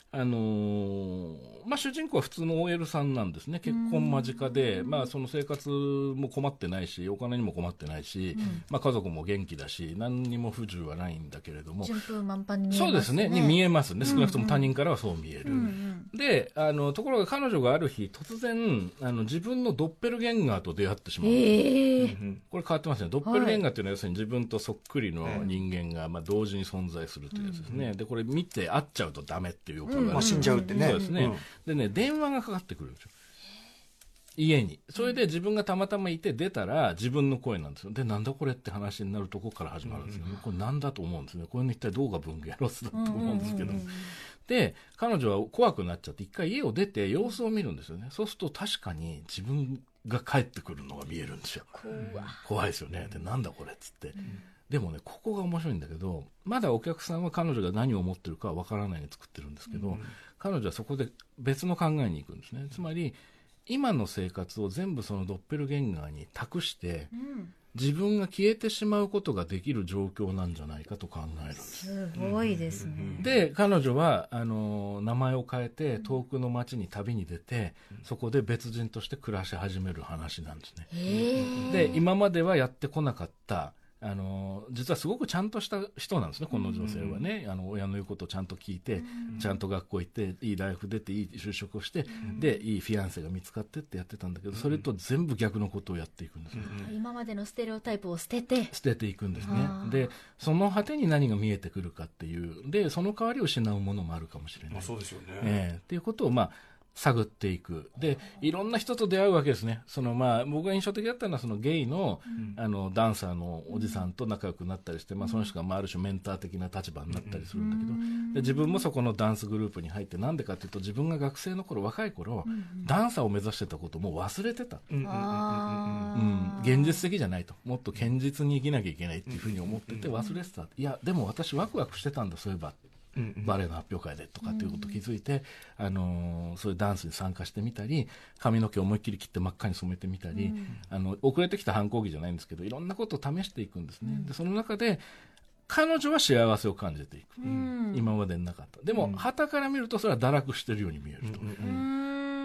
S4: 主人公は普通の OL さんなんですね。結婚間近で、その生活も困ってないし、お金にも困ってないし、家族も元気だし、何にも不自由はないんだけれども、
S3: 順風満帆に見えますね。
S4: そうですね、に見えますね。少なくとも他人からはそう見える。で、ところが彼女がある日突然自分のドッペルゲンガーと出会ってしまう。これ変わってますね。ドッペルゲンガーっていうのは要するに自分とそっくりの人間が同時に存在するというやつですね。でこれ見て会っちゃうとダメっていうことが、
S2: 死んじゃうってね。
S4: そうですね。でね、電話がかかってくるんですよ。家に。それで自分がたまたまいて出たら自分の声なんですよ。で、なんだこれって話になるところから始まるんですよね。これなんだと思うんですね。これの一体どうが文芸ロスだと思うんですけど。で、彼女は怖くなっちゃって一回家を出て様子を見るんですよね。そうすると確かに自分が帰ってくるのが見えるんですよ。怖いですよね。で、なんだこれっつって。でもね、ここが面白いんだけど、まだお客さんは彼女が何を思ってるかわからないように作ってるんですけど、彼女はそこで別の考えに行くんですね。つまり今の生活を全部そのドッペルゲンガーに託して、自分が消えてしまうことができる状況なんじゃないかと考えるんです。
S3: すごいですね。
S4: で、彼女は名前を変えて遠くの町に旅に出て、そこで別人として暮らし始める話なんですね。で、今まではやってこなかった実はすごくちゃんとした人なんですね、この女性はね。親の言うことをちゃんと聞いて、ちゃんと学校行って、いい大学出て、いい就職をして、で、いいフィアンセが見つかってってやってたんだけど、それと全部逆のことをやっていくんですね。
S3: 今までのステレオタイプを捨てて
S4: いくんですね。で、その果てに何が見えてくるかっていう、で、その代わりを失うものもあるかもしれない。
S2: そうですよね。
S4: っていうことを、探っていく。で、いろんな人と出会うわけですね。僕が印象的だったのは、そのゲイの、ダンサーのおじさんと仲良くなったりして、その人が、ある種メンター的な立場になったりするんだけど、で自分もそこのダンスグループに入って、なんでかっていうと、自分が学生の頃、若い頃、ダンサーを目指してたことをもう忘れてた。現実的じゃないと。もっと堅実に生きなきゃいけないっていうふうに思ってて忘れてた。いや、でも私ワクワクしてたんだ、そういえば。バレエの発表会でとかっていうことを気づいて、そういうダンスに参加してみたり、髪の毛を思いっきり切って真っ赤に染めてみたり、遅れてきた反抗期じゃないんですけど、いろんなことを試していくんですね。でその中で彼女は幸せを感じていく、今までになかった。でも傍から見るとそれは堕落してるように見えると。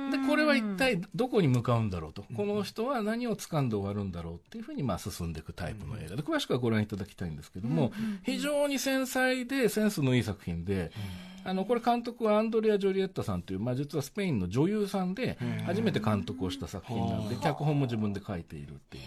S4: でこれは一体どこに向かうんだろうと、この人は何を掴んで終わるんだろうっていうふうに進んでいくタイプの映画で、詳しくはご覧いただきたいんですけども、非常に繊細でセンスのいい作品で、これ監督はアンドレア・ジョリエッタさんという、実はスペインの女優さんで初めて監督をした作品なんで、脚本も自分で書いているっていう。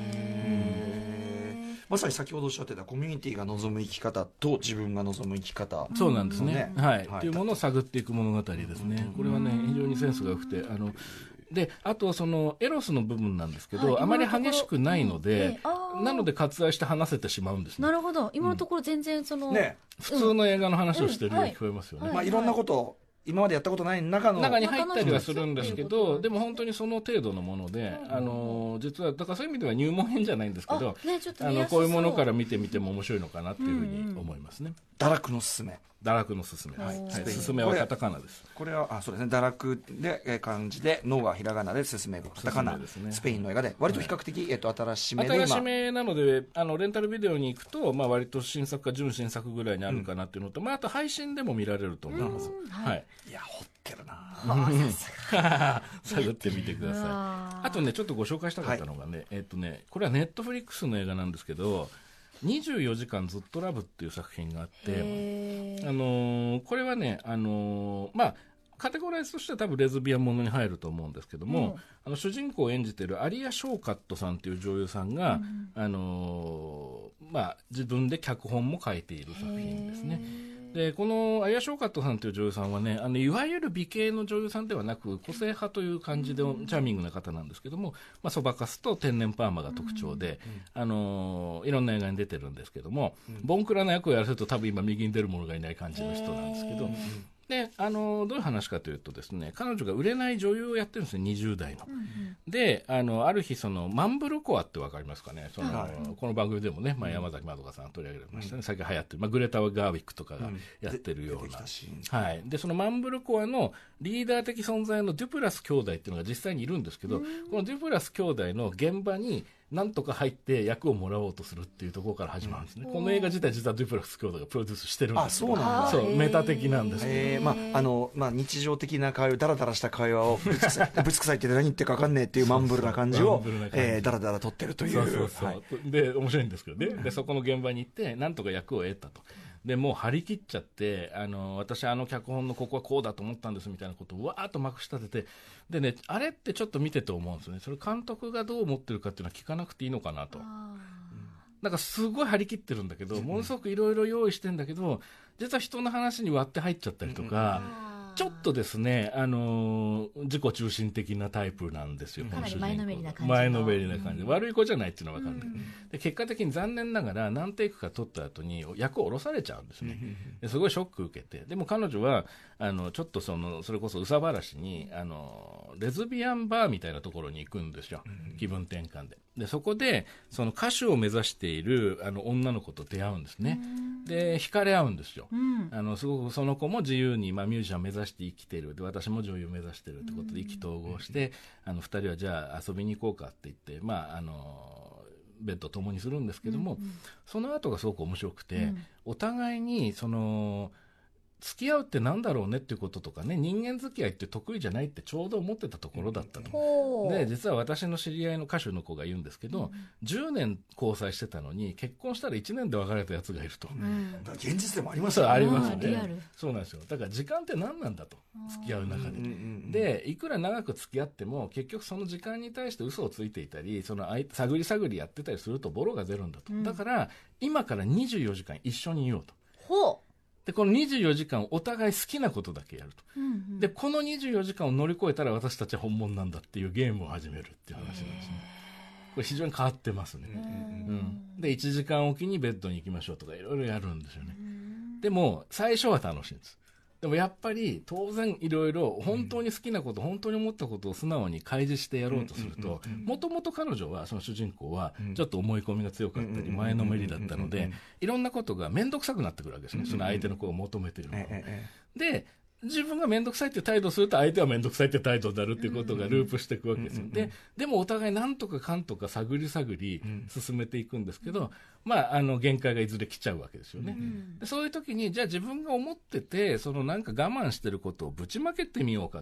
S2: まさに先ほどおっしゃってたコミュニティが望む生き方と自分が望む生き方、
S4: そうなんですね、っていうものを探っていく物語ですね。これはね非常にセンスが良くて、であとそのエロスの部分なんですけど、あまり激しくないので、なので割愛して話せてしまうんですね。
S3: なるほど、今のところ全然その、
S4: 普通の映画の話をしてるように聞こえますよね。
S2: いろんなこと今までやったことない中に
S4: 入ったりはするんですけど、でも本当にその程度のもので、実はだからそういう意味では入門編じゃないんですけど、こういうものから見てみても面白いのかなっていうふうに思いますね。
S2: 堕落のすすめ、
S4: 堕落のすすめ、すすめはカタカナです。
S2: これはそうですね、堕落で漢字で、脳がひらがなで、すすめがカタカナですね。スペインの映画で割と比較的新しめで、
S4: 新しめなのでレンタルビデオに行くと、割と新作か準新作ぐらいにあるかなっていうのと、あと配信でも見られると思います。
S2: いや掘ってるな
S4: 探ってみてください。あとねちょっとご紹介したかったのがね、これはネットフリックスの映画なんですけど、24時間ずっとラブっていう作品があって、これはね、カテゴライズとしては多分レズビアンものに入ると思うんですけども、主人公を演じているアリア・ショーカットさんという女優さんが、自分で脚本も書いている作品ですね。でこのアリア・ショーカットさんという女優さんはね、いわゆる美形の女優さんではなく個性派という感じでチャーミングな方なんですけども、そばかすと天然パーマが特徴で、いろんな映画に出てるんですけども、ボンクラな役をやらせると多分今右に出る者がいない感じの人なんですけど、でどういう話かというとですね、彼女が売れない女優をやってるんですね、20代の。である日マンブルコアって分かりますかね、この番組でもね、山崎まどかさん取り上げましたね、最近流行ってる、グレタ・ガーウィックとかがやってるような、でそのマンブルコアのリーダー的存在のデュプラス兄弟っていうのが実際にいるんですけど、このデュプラス兄弟の現場になんとか入って役をもらおうとするっていうところから始まるんですね。この映画自体実はデュプラス兄弟がプロデュースしてるんですけど、そうメタ的なんですけど、
S2: 日常的な会話、ダラダラした会話をぶつくさいって何言ってるか分かんねえっていうマンブルな感じをダラダラ撮ってるという。
S4: で面白いんですけどね、でそこの現場に行ってなんとか役を得たと。でもう張り切っちゃって、私脚本のここはこうだと思ったんですみたいなことをわーっとまくし立てて、でね、あれってちょっと見てて思うんですよね。それ監督がどう思ってるかっていうのは聞かなくていいのかなと。なんかすごい張り切ってるんだけど、ものすごくいろいろ用意してんだけど、実は人の話に割って入っちゃったりとか、ちょっとですね、自己中心的なタイプなんですよ。
S3: かなり前のめりな感じ。
S4: 前のめりな感じで、悪い子じゃないっていうのは分かるんで、で結果的に残念ながら何テイクか取った後に役を下ろされちゃうんですね。ですごいショック受けて、でも彼女はちょっとそれこそ憂さ晴らしにレズビアンバーみたいなところに行くんですよ、気分転換で。でそこでその歌手を目指している女の子と出会うんですね。で惹かれ合うんですよ。すごくその子も自由に、ミュージシャン目指して生きてる、で私も女優目指してるってことで意気投合して、2人はじゃあ遊びに行こうかって言って、ベッドを共にするんですけども、その後がすごく面白くて、お互いに付き合うってなんだろうねっていうこととかね、人間付き合いって得意じゃないってちょうど思ってたところだったと。で実は私の知り合いの歌手の子が言うんですけど、10年交際してたのに結婚したら1年で別れたやつがいると。
S2: 現実でもありますよね。
S4: ありますね。そうなんですよ。だから時間って何なんだと、付き合う中で。でいくら長く付き合っても結局その時間に対して嘘をついていたり、探りやってたりするとボロが出るんだと。だから今から24時間一緒にいようと。でこの24時間お互い好きなことだけやると、でこの24時間を乗り越えたら私たちは本物なんだっていうゲームを始めるっていう話なんですね。これ非常に変わってますね。で1時間おきにベッドに行きましょうとかいろいろやるんですよね。でも最初は楽しいんです。でもやっぱり当然いろいろ本当に好きなこと、本当に思ったことを素直に開示してやろうとすると、もともと彼女はその主人公はちょっと思い込みが強かったり前のめりだったので、いろんなことが面倒くさくなってくるわけですね、その相手の子が求めているもので。自分が面倒くさいっていう態度をすると相手は面倒くさいっていう態度になるっていうことがループしていくわけですよ。でもお互いなんとかかんとか探り進めていくんですけど、限界がいずれ来ちゃうわけですよね。でそういう時にじゃあ自分が思っててなんか我慢してることをぶちまけてみようかと。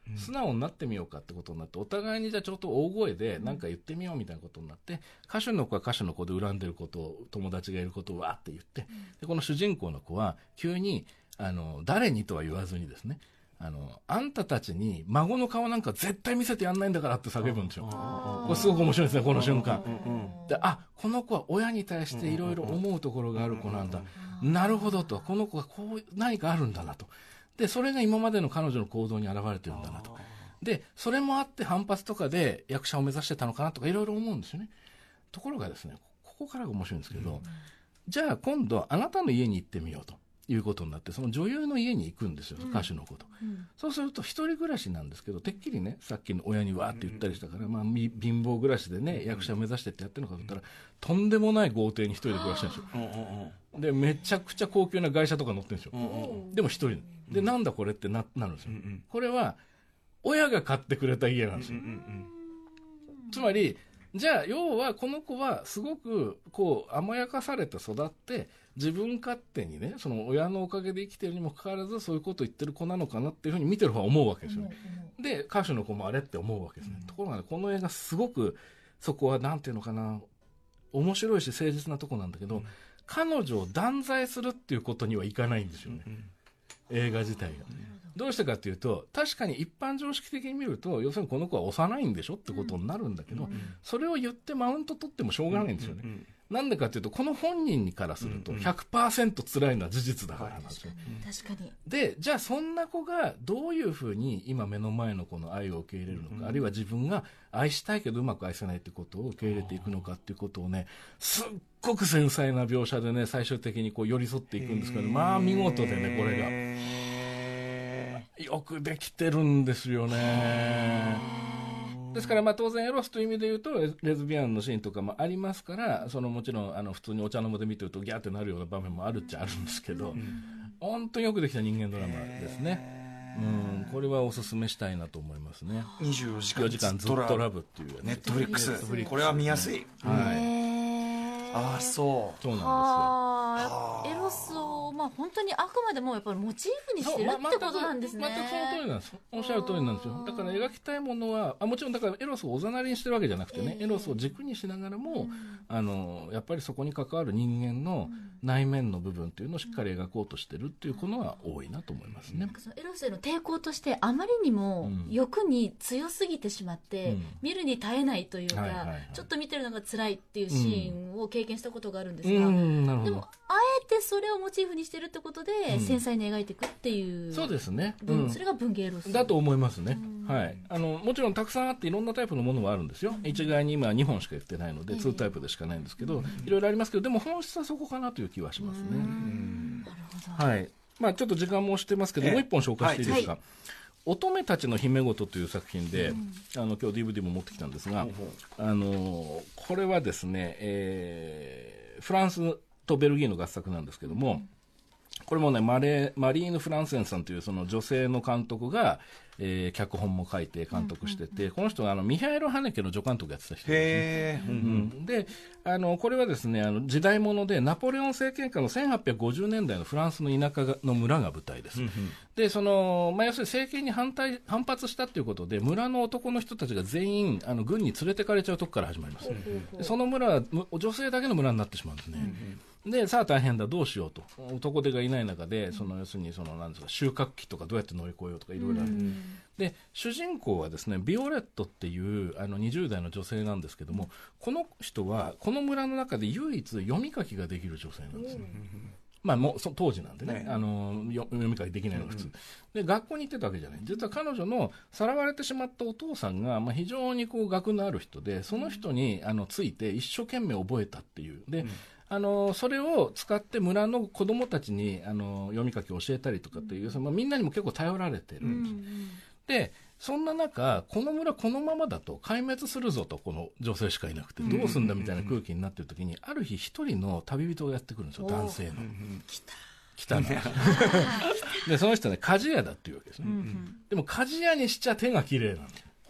S4: 素直になってみようかってことになって、お互いにじゃあちょっと大声で何か言ってみようみたいなことになって、歌手の子は歌手の子で恨んでることを、友達がいることをわーって言って、でこの主人公の子は急に誰にとは言わずにですね、あんたたちに孫の顔なんか絶対見せてやんないんだからって叫ぶんですよ。これすごく面白いですね、この瞬間。で、この子は親に対していろいろ思うところがある子なんだ。なるほどと、この子がこう何かあるんだなと。で、それが今までの彼女の行動に現れてるんだなと。で、それもあって反発とかで役者を目指してたのかなとかいろいろ思うんですよね。ところがですね、ここからが面白いんですけど、じゃあ今度あなたの家に行ってみようということになって、その女優の家に行くんですよ、歌手の子と。そうすると一人暮らしなんですけど、てっきりね、さっきの親にわーって言ったりしたから、まあ貧乏暮らしでね、役者を目指してってやってるのかと思ったら、とんでもない豪邸に一人で暮らしてるんですよ。で、めちゃくちゃ高級な外車とか乗ってるんですよ。でも一人で、なんだこれってなるんですよ。これは親が買ってくれた家なんですよ。つまり、じゃあ要はこの子はすごくこう甘やかされて育って、自分勝手にね、その親のおかげで生きてるにもかかわらずそういうことを言ってる子なのかなっていうふうに見てる方は思うわけですよね。で、歌手の子もあれって思うわけですね。ところがね、この映画すごくそこはなんていうのかな、面白いし誠実なとこなんだけど、彼女を断罪するっていうことにはいかないんですよね、映画自体が。どうしてかっていうと、確かに一般常識的に見ると、要するにこの子は幼いんでしょってことになるんだけど、それを言ってマウント取ってもしょうがないんですよね。なんでかっていうと、この本人からすると 100% 辛いのは事実だからなんですよ。
S3: 確かに。
S4: で、じゃあそんな子がどういうふうに今目の前の子の愛を受け入れるのか、あるいは自分が愛したいけどうまく愛せないってことを受け入れていくのかっていうことをね、すっごく繊細な描写でね、最終的にこう寄り添っていくんですけど、まあ見事でね、これが。よくできてるんですよね。ですからまあ当然エロスという意味で言うとレズビアンのシーンとかもありますから、そのもちろん普通にお茶の間で見てるとギャーってなるような場面もあるっちゃあるんですけど、本当によくできた人間ドラマですね。これはおすすめしたいなと思いますね。
S2: 24
S4: 時間ずっとラブっていう
S2: ネットフリックス、これは見やすい。ああ、そう
S4: なんです
S3: よ。エロスを、まあ、本当にあくまでもやっぱりモチーフにしてるってことなんですね。
S4: 全くその通りなんです。おっしゃる通りなんですよ。だから描きたいものはもちろんだからエロスをおざなりにしてるわけじゃなくてね、エロスを軸にしながらも、やっぱりそこに関わる人間の内面の部分っていうのをしっかり描こうとしてるっていうのは多いなと思いますね。
S3: そのエロスへの抵抗としてあまりにも欲に強すぎてしまって、見るに耐えないというか、ちょっと見てるのが辛いっていうシーンを経験したことがあるんですが、でもあえてそれをモチーフにしてるってことで、繊細に描いていくっていう、
S4: そうですね、
S3: それが文芸エロス
S4: だと思いますね。はい、もちろんたくさんあっていろんなタイプのものはあるんですよ。一概に今2本しか言ってないので、2タイプでしかないんですけど、いろいろありますけど、でも本質はそこかなという気はしますね。はい、まあちょっと時間も押してますけど、もう一本紹介していいですか。乙女たちの姫事という作品で、今日 DVD も持ってきたんですが、これはですね、フランスとベルギーの合作なんですけども、これもね、マリーヌ・フランセンさんというその女性の監督が、脚本も書いて監督してて、この人はミハエル・ハネケの助監督やってた人ですね。で、これはですね、時代物でナポレオン政権下の1850年代のフランスの田舎の村が舞台です。で、要するに政権に反発したということで、村の男の人たちが全員軍に連れてかれちゃうとこから始まります。その村は女性だけの村になってしまうんですね。で、さあ大変だ、どうしようと。男手がいない中で、要するになんですか、収穫期とかどうやって乗り越えようとかいろいろある。で、主人公はですね、ビオレットっていう20代の女性なんですけども、この人はこの村の中で唯一読み書きができる女性なんですね。まあ、もう当時なんでね、読み書きできないのが普通。で、学校に行ってたわけじゃない。実は彼女のさらわれてしまったお父さんが、非常に学のある人で、その人について一生懸命覚えたっていう。で、それを使って村の子供たちに読み書きを教えたりとかっていう、みんなにも結構頼られてるんです。で、そんな中、この村このままだと壊滅するぞと、この女性しかいなくて、どうすんだみたいな空気になってる時に、ある日一人の旅人がやってくるんですよ、男性の。来たな。で、その人ね、鍛冶屋だっていうわけですね。でも鍛冶屋にしちゃ手が綺麗なんです。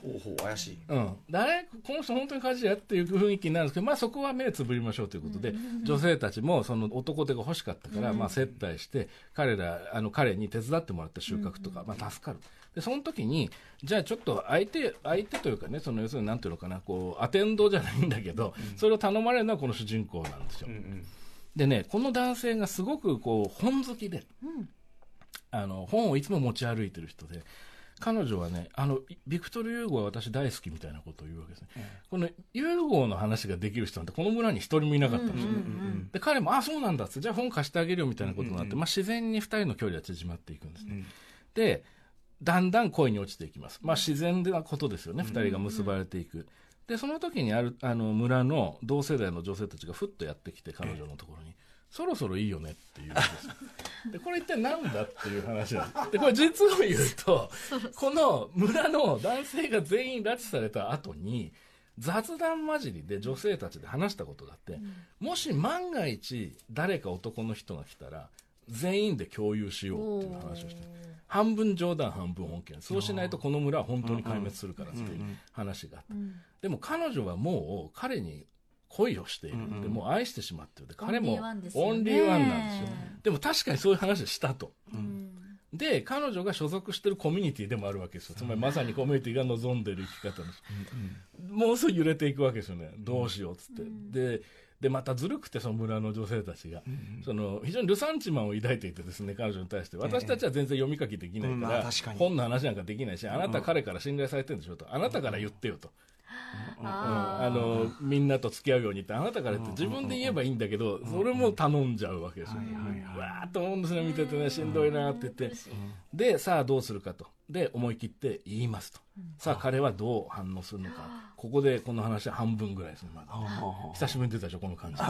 S2: ほうほう怪しい。
S4: この人本当に家事やっていう雰囲気になるんですけど、まあそこは目つぶりましょうということで、女性たちもその男手が欲しかったから、まあ接待して、彼に手伝ってもらった収穫とか、まあ助かる。で、その時に、じゃあちょっと相手というかね、要するになんていうのかな、こう、アテンドじゃないんだけど、それを頼まれるのはこの主人公なんですよ。でね、この男性がすごくこう、本好きで、本をいつも持ち歩いてる人で、彼女はね、ビクトル・ユーゴは私大好きみたいなことを言うわけですね。このユーゴの話ができる人なんてこの村に一人もいなかったんですよ。で、彼も、そうなんだって、じゃあ本貸してあげるよみたいなことになって、まあ自然に二人の距離は縮まっていくんですね。で、だんだん恋に落ちていきます。まあ自然なことですよね、二人が結ばれていく。で、その時に村の同世代の女性たちがふっとやってきて、彼女のところに。そろそろいいよねっていうんですよ。で、これ一体何だっていう話なんです。で、これ実を言うと、この村の男性が全員拉致された後に、雑談交じりで女性たちで話したことがあって、もし万が一誰か男の人が来たら、全員で共有しようっていう話をして、半分冗談半分本気。そうしないとこの村は本当に壊滅するからっていう話があって。でも彼女はもう彼に恋をしているので、もう愛してしまっている。彼もオンリーワンなんですよ。でも確かにそういう話をしたと。で、彼女が所属しているコミュニティでもあるわけですよ。つまりまさにコミュニティが望んでいる生き方です。もうすぐ揺れていくわけですよね。どうしようっつって。で、またずるくてその村の女性たちが、非常にルサンチマンを抱いていてですね、彼女に対して。私たちは全然読み書きできないから、本の話なんかできないし、あなた彼から信頼されてるんでしょと。あなたから言ってよと。みんなと付き合うようにってあなたから言って自分で言えばいいんだけど、それも頼んじゃうわけですよ。わーっと思うんですね、見ててね、しんどいなって言って。で、さあどうするかと。で、思い切って言いますと。さあ彼はどう反応するのか。ここでこの話は半分ぐらいですね、まだ。久しぶりに出たでしょ、この感じ。語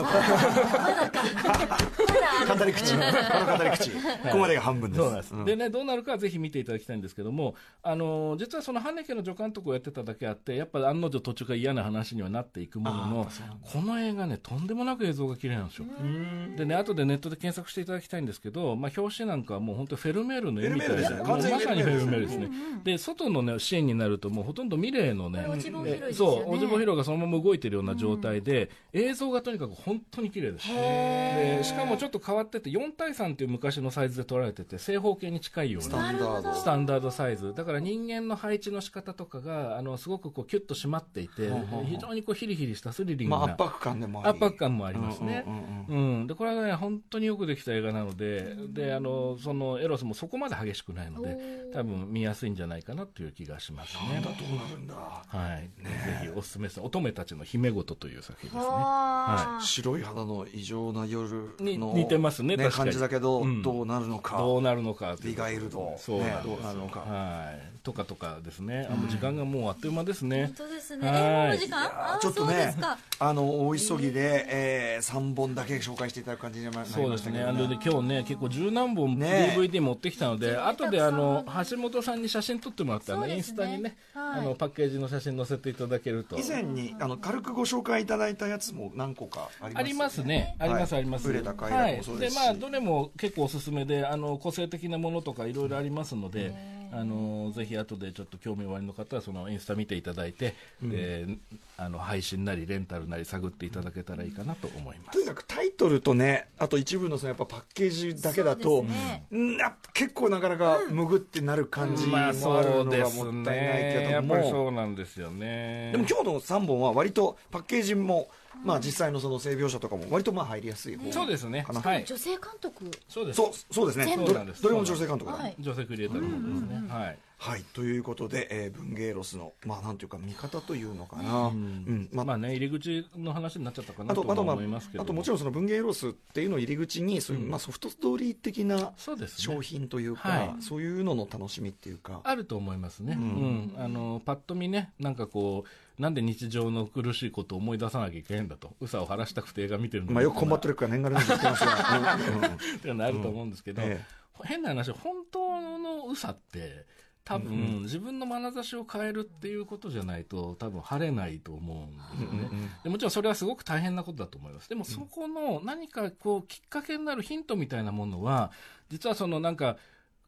S2: り口。この語り口。ここまでが半分です。
S4: そうなんです。でね、どうなるかはぜひ見ていただきたいんですけども、実はそのハネケの助監督をやってただけあって、やっぱ案の定途中から嫌な話にはなっていくものの、この映画ね、とんでもなく映像が綺麗なんですよ。でね、後でネットで検索していただきたいんですけど、まあ表紙なんかはもう本当フェルメールの絵みたいな、まさにフェルメールですね。で、外のね、シーンになるともうほとんどミレーのね、そう、オジボヒロがそのまま動いてるような状態で、映像がとにかく本当に綺麗です。で、しかもちょっと変わってて、4対3っていう昔のサイズで撮られてて、正方形に近いようなスタンダードサイズ。だから人間の配置の仕方とかが、すごくこうキュッと締まっていて、非常にこうヒリヒリしたスリリングな。
S2: 圧迫感でもあり。
S4: 圧迫感もありますね。で、これはね、本当によくできた映画なので、で、そのエロスもそこまで激しくないので、多分見やすいんじゃないかなという気がしますね。
S2: どうなるんだ。
S4: はい。ぜひおすすめです。乙女たちの姫事という作品ですね。
S2: 白い肌の異常な夜の
S4: 似てますね、確かに。
S2: 感じだけど、どうなるのか。
S4: どうなるのか。
S2: リガイルド。
S4: そう、どうなるのか。はい。とかですね。時間がもうあっという間ですね。
S3: 本当ですね。もう時間
S2: ちょっとね、大急ぎで3本だけ紹介していただく感じになりましたけど。
S4: そうですね。今日ね、結構十何本 DVD 持ってきたので、後で橋本さんに写真撮ってもらってインスタにね、パッケージの写真載せていただけると。
S2: 以前に軽くご紹介いただいたやつも何個かありますね。
S4: ありますね。ありますあります。
S2: 売れた快楽もそうですし。
S4: で、どれも結構おすすめで、個性的なものとかいろいろありますので、ぜひ後でちょっと興味おありの方はそのインスタ見ていただいて、配信なりレンタルなり探っていただけたらいいかなと思います。
S2: とにかくタイトルとね、あと一部のやっぱパッケージだけだと、結構なかなかむぐってなる感じもあるのがもったいないけども、
S4: やっぱりそうなんですよね。
S2: でも今日の3本は割とパッケージも実際のその性描写とかも割と入りやすい方。
S4: そうですね。
S3: 女性監督。
S2: そうです。そうですね。どれも女性監督だ。
S4: 女性クリエイターの方ですね。はい。
S2: はい、ということで、文芸ロスのなんていうか見方というのかな、
S4: 入り口の話になっちゃったかなと思いますけど、
S2: あともちろんその文芸ロスっていうのを入り口にそういう、ソフトストーリー的な商品というか、そういうのの楽しみっていうか
S4: あると思いますね。パッと見ね、なんかこうなんで日常の苦しいことを思い出さなきゃいけないんだと、うさを晴らしたくて映画見てるの
S2: よくコンバット力から年がら年言ってますが
S4: っていうのあると思うんですけど、変な話、本当のうさって多分、自分の眼差しを変えるっていうことじゃないと多分晴れないと思うんですよね。でもちろんそれはすごく大変なことだと思います。でもそこの何かこうきっかけになるヒントみたいなものは、実はそのなんか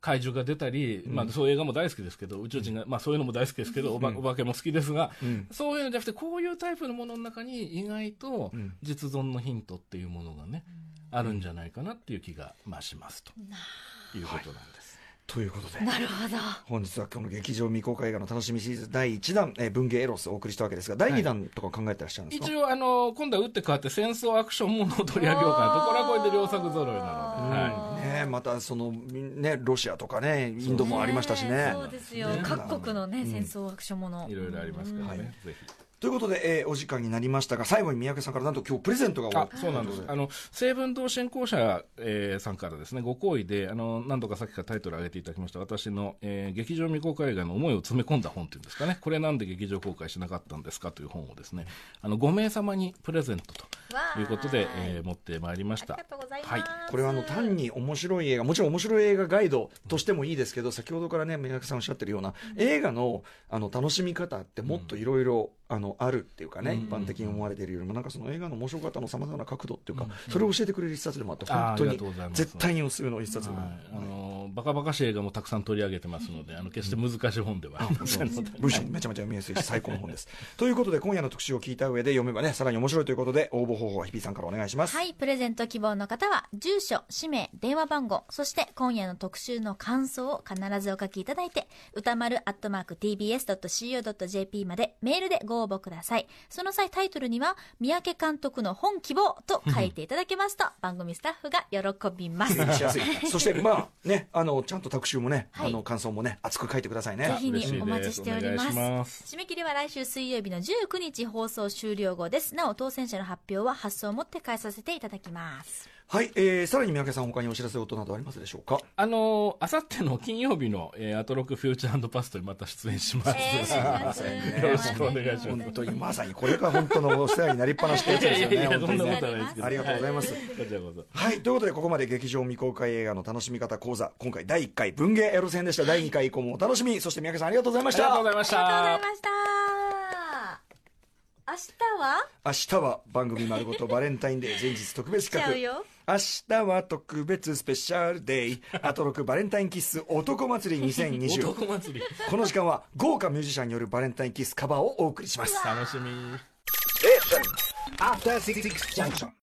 S4: 怪獣が出たり、まあ、そういう映画も大好きですけど、宇宙人が、まあ、そういうのも大好きですけど、お化けも好きですが、そういうのじゃなくて、こういうタイプのものの中に意外と実存のヒントっていうものがね、あるんじゃないかなっていう気が、まあ、しますということなんです。
S2: ということで、
S3: なるほど。
S2: 本日はこの劇場未公開映画の楽しみシリーズ第1弾、文芸エロスをお送りしたわけですが、第2弾とか考えてらっしゃるんですか？
S4: 一応今度は打って変わって戦争アクションものを取り上げようかなと。これはこれで両作揃いなので、はい
S2: ね、またその、ね、ロシアとかね、インドもありましたしね。
S3: そうですよ、各国のね、戦争アクションもの
S4: いろいろありますからね、ぜひ。
S2: ということで、お時間になりましたが、最後に三宅さんからなんと今日プレゼントが
S4: そうなんです。成文堂振興社、さんからですね、ご好意で、何度かさっきからタイトル挙げていただきました、私の、劇場未公開映画の思いを詰め込んだ本というんですかね、これなんで劇場公開しなかったんですかという本をですね、5名様にプレゼントということで、持ってまいりました。
S3: ありがとうございます。
S2: はい、これは単に面白い映画、もちろん面白い映画ガイドとしてもいいですけど、先ほどからね、三宅さんおっしゃってるような、映画の楽しみ方ってもっといろいろあるっていうかね、一般的に思われているよりも、なんかその映画の面白方のさまざまな角度っていうか、それを教えてくれる一冊でもあって、本当に絶対におすすめの一冊でも、
S4: バカバカしい映画もたくさん取り上げてますので、決して難しい本ではありませんので、
S2: 文章もめちゃめちゃ読みやすいし最高の本です。ということで、今夜の特集を聞いた上で読めばね、さらに面白いということで、応募方法は日比さんからお願いします。
S3: はい、プレゼント希望の方は住所、氏名、電話番号、そして今夜の特集の感想を必ずお書きいただいて、歌丸@tbs.co.jp までメールでご応募ください。その際タイトルには三宅監督の本希望と書いていただけますと番組スタッフが喜びます。
S2: しやすい。そしてまあね、ちゃんと特集もね、感想もね、熱く書いてくださいね。
S3: ぜひにお待ちしております。
S4: お願いします。
S3: 締め切りは来週水曜日の19日放送終了後です。なお当選者の発表は発送をもって返させていただきます。
S2: はい、さらに三宅さん、他にお知らせ事などありますでしょうか？
S4: あさっての金曜日の、アトロクフューチャーパストにまた出演します。よろしくお願いします。
S2: 本当にまさにこれが本当のお世話になりっぱなしってやつですよね。
S4: いやいや、そんなことはないですけど。
S2: ありがとうございます。
S4: こちらこそ。
S2: はい、ということでここまで劇場未公開映画の楽しみ方講座、今回第1回文芸エロ戦でした。第2回以降もお楽しみ。そして三宅さん、ありがとうございました。
S4: ありがとうございました。
S3: ありがとうございました。
S2: 明日は番組丸ごとバレンタインデー前日特別企画。明日は特別スペシャルデイアトロクバレンタインキッス男祭り2020。
S4: 男祭り。
S2: この時間は豪華ミュージシャンによるバレンタインキッスカバーをお送りします。
S4: 楽しみ。
S1: After 66 junction.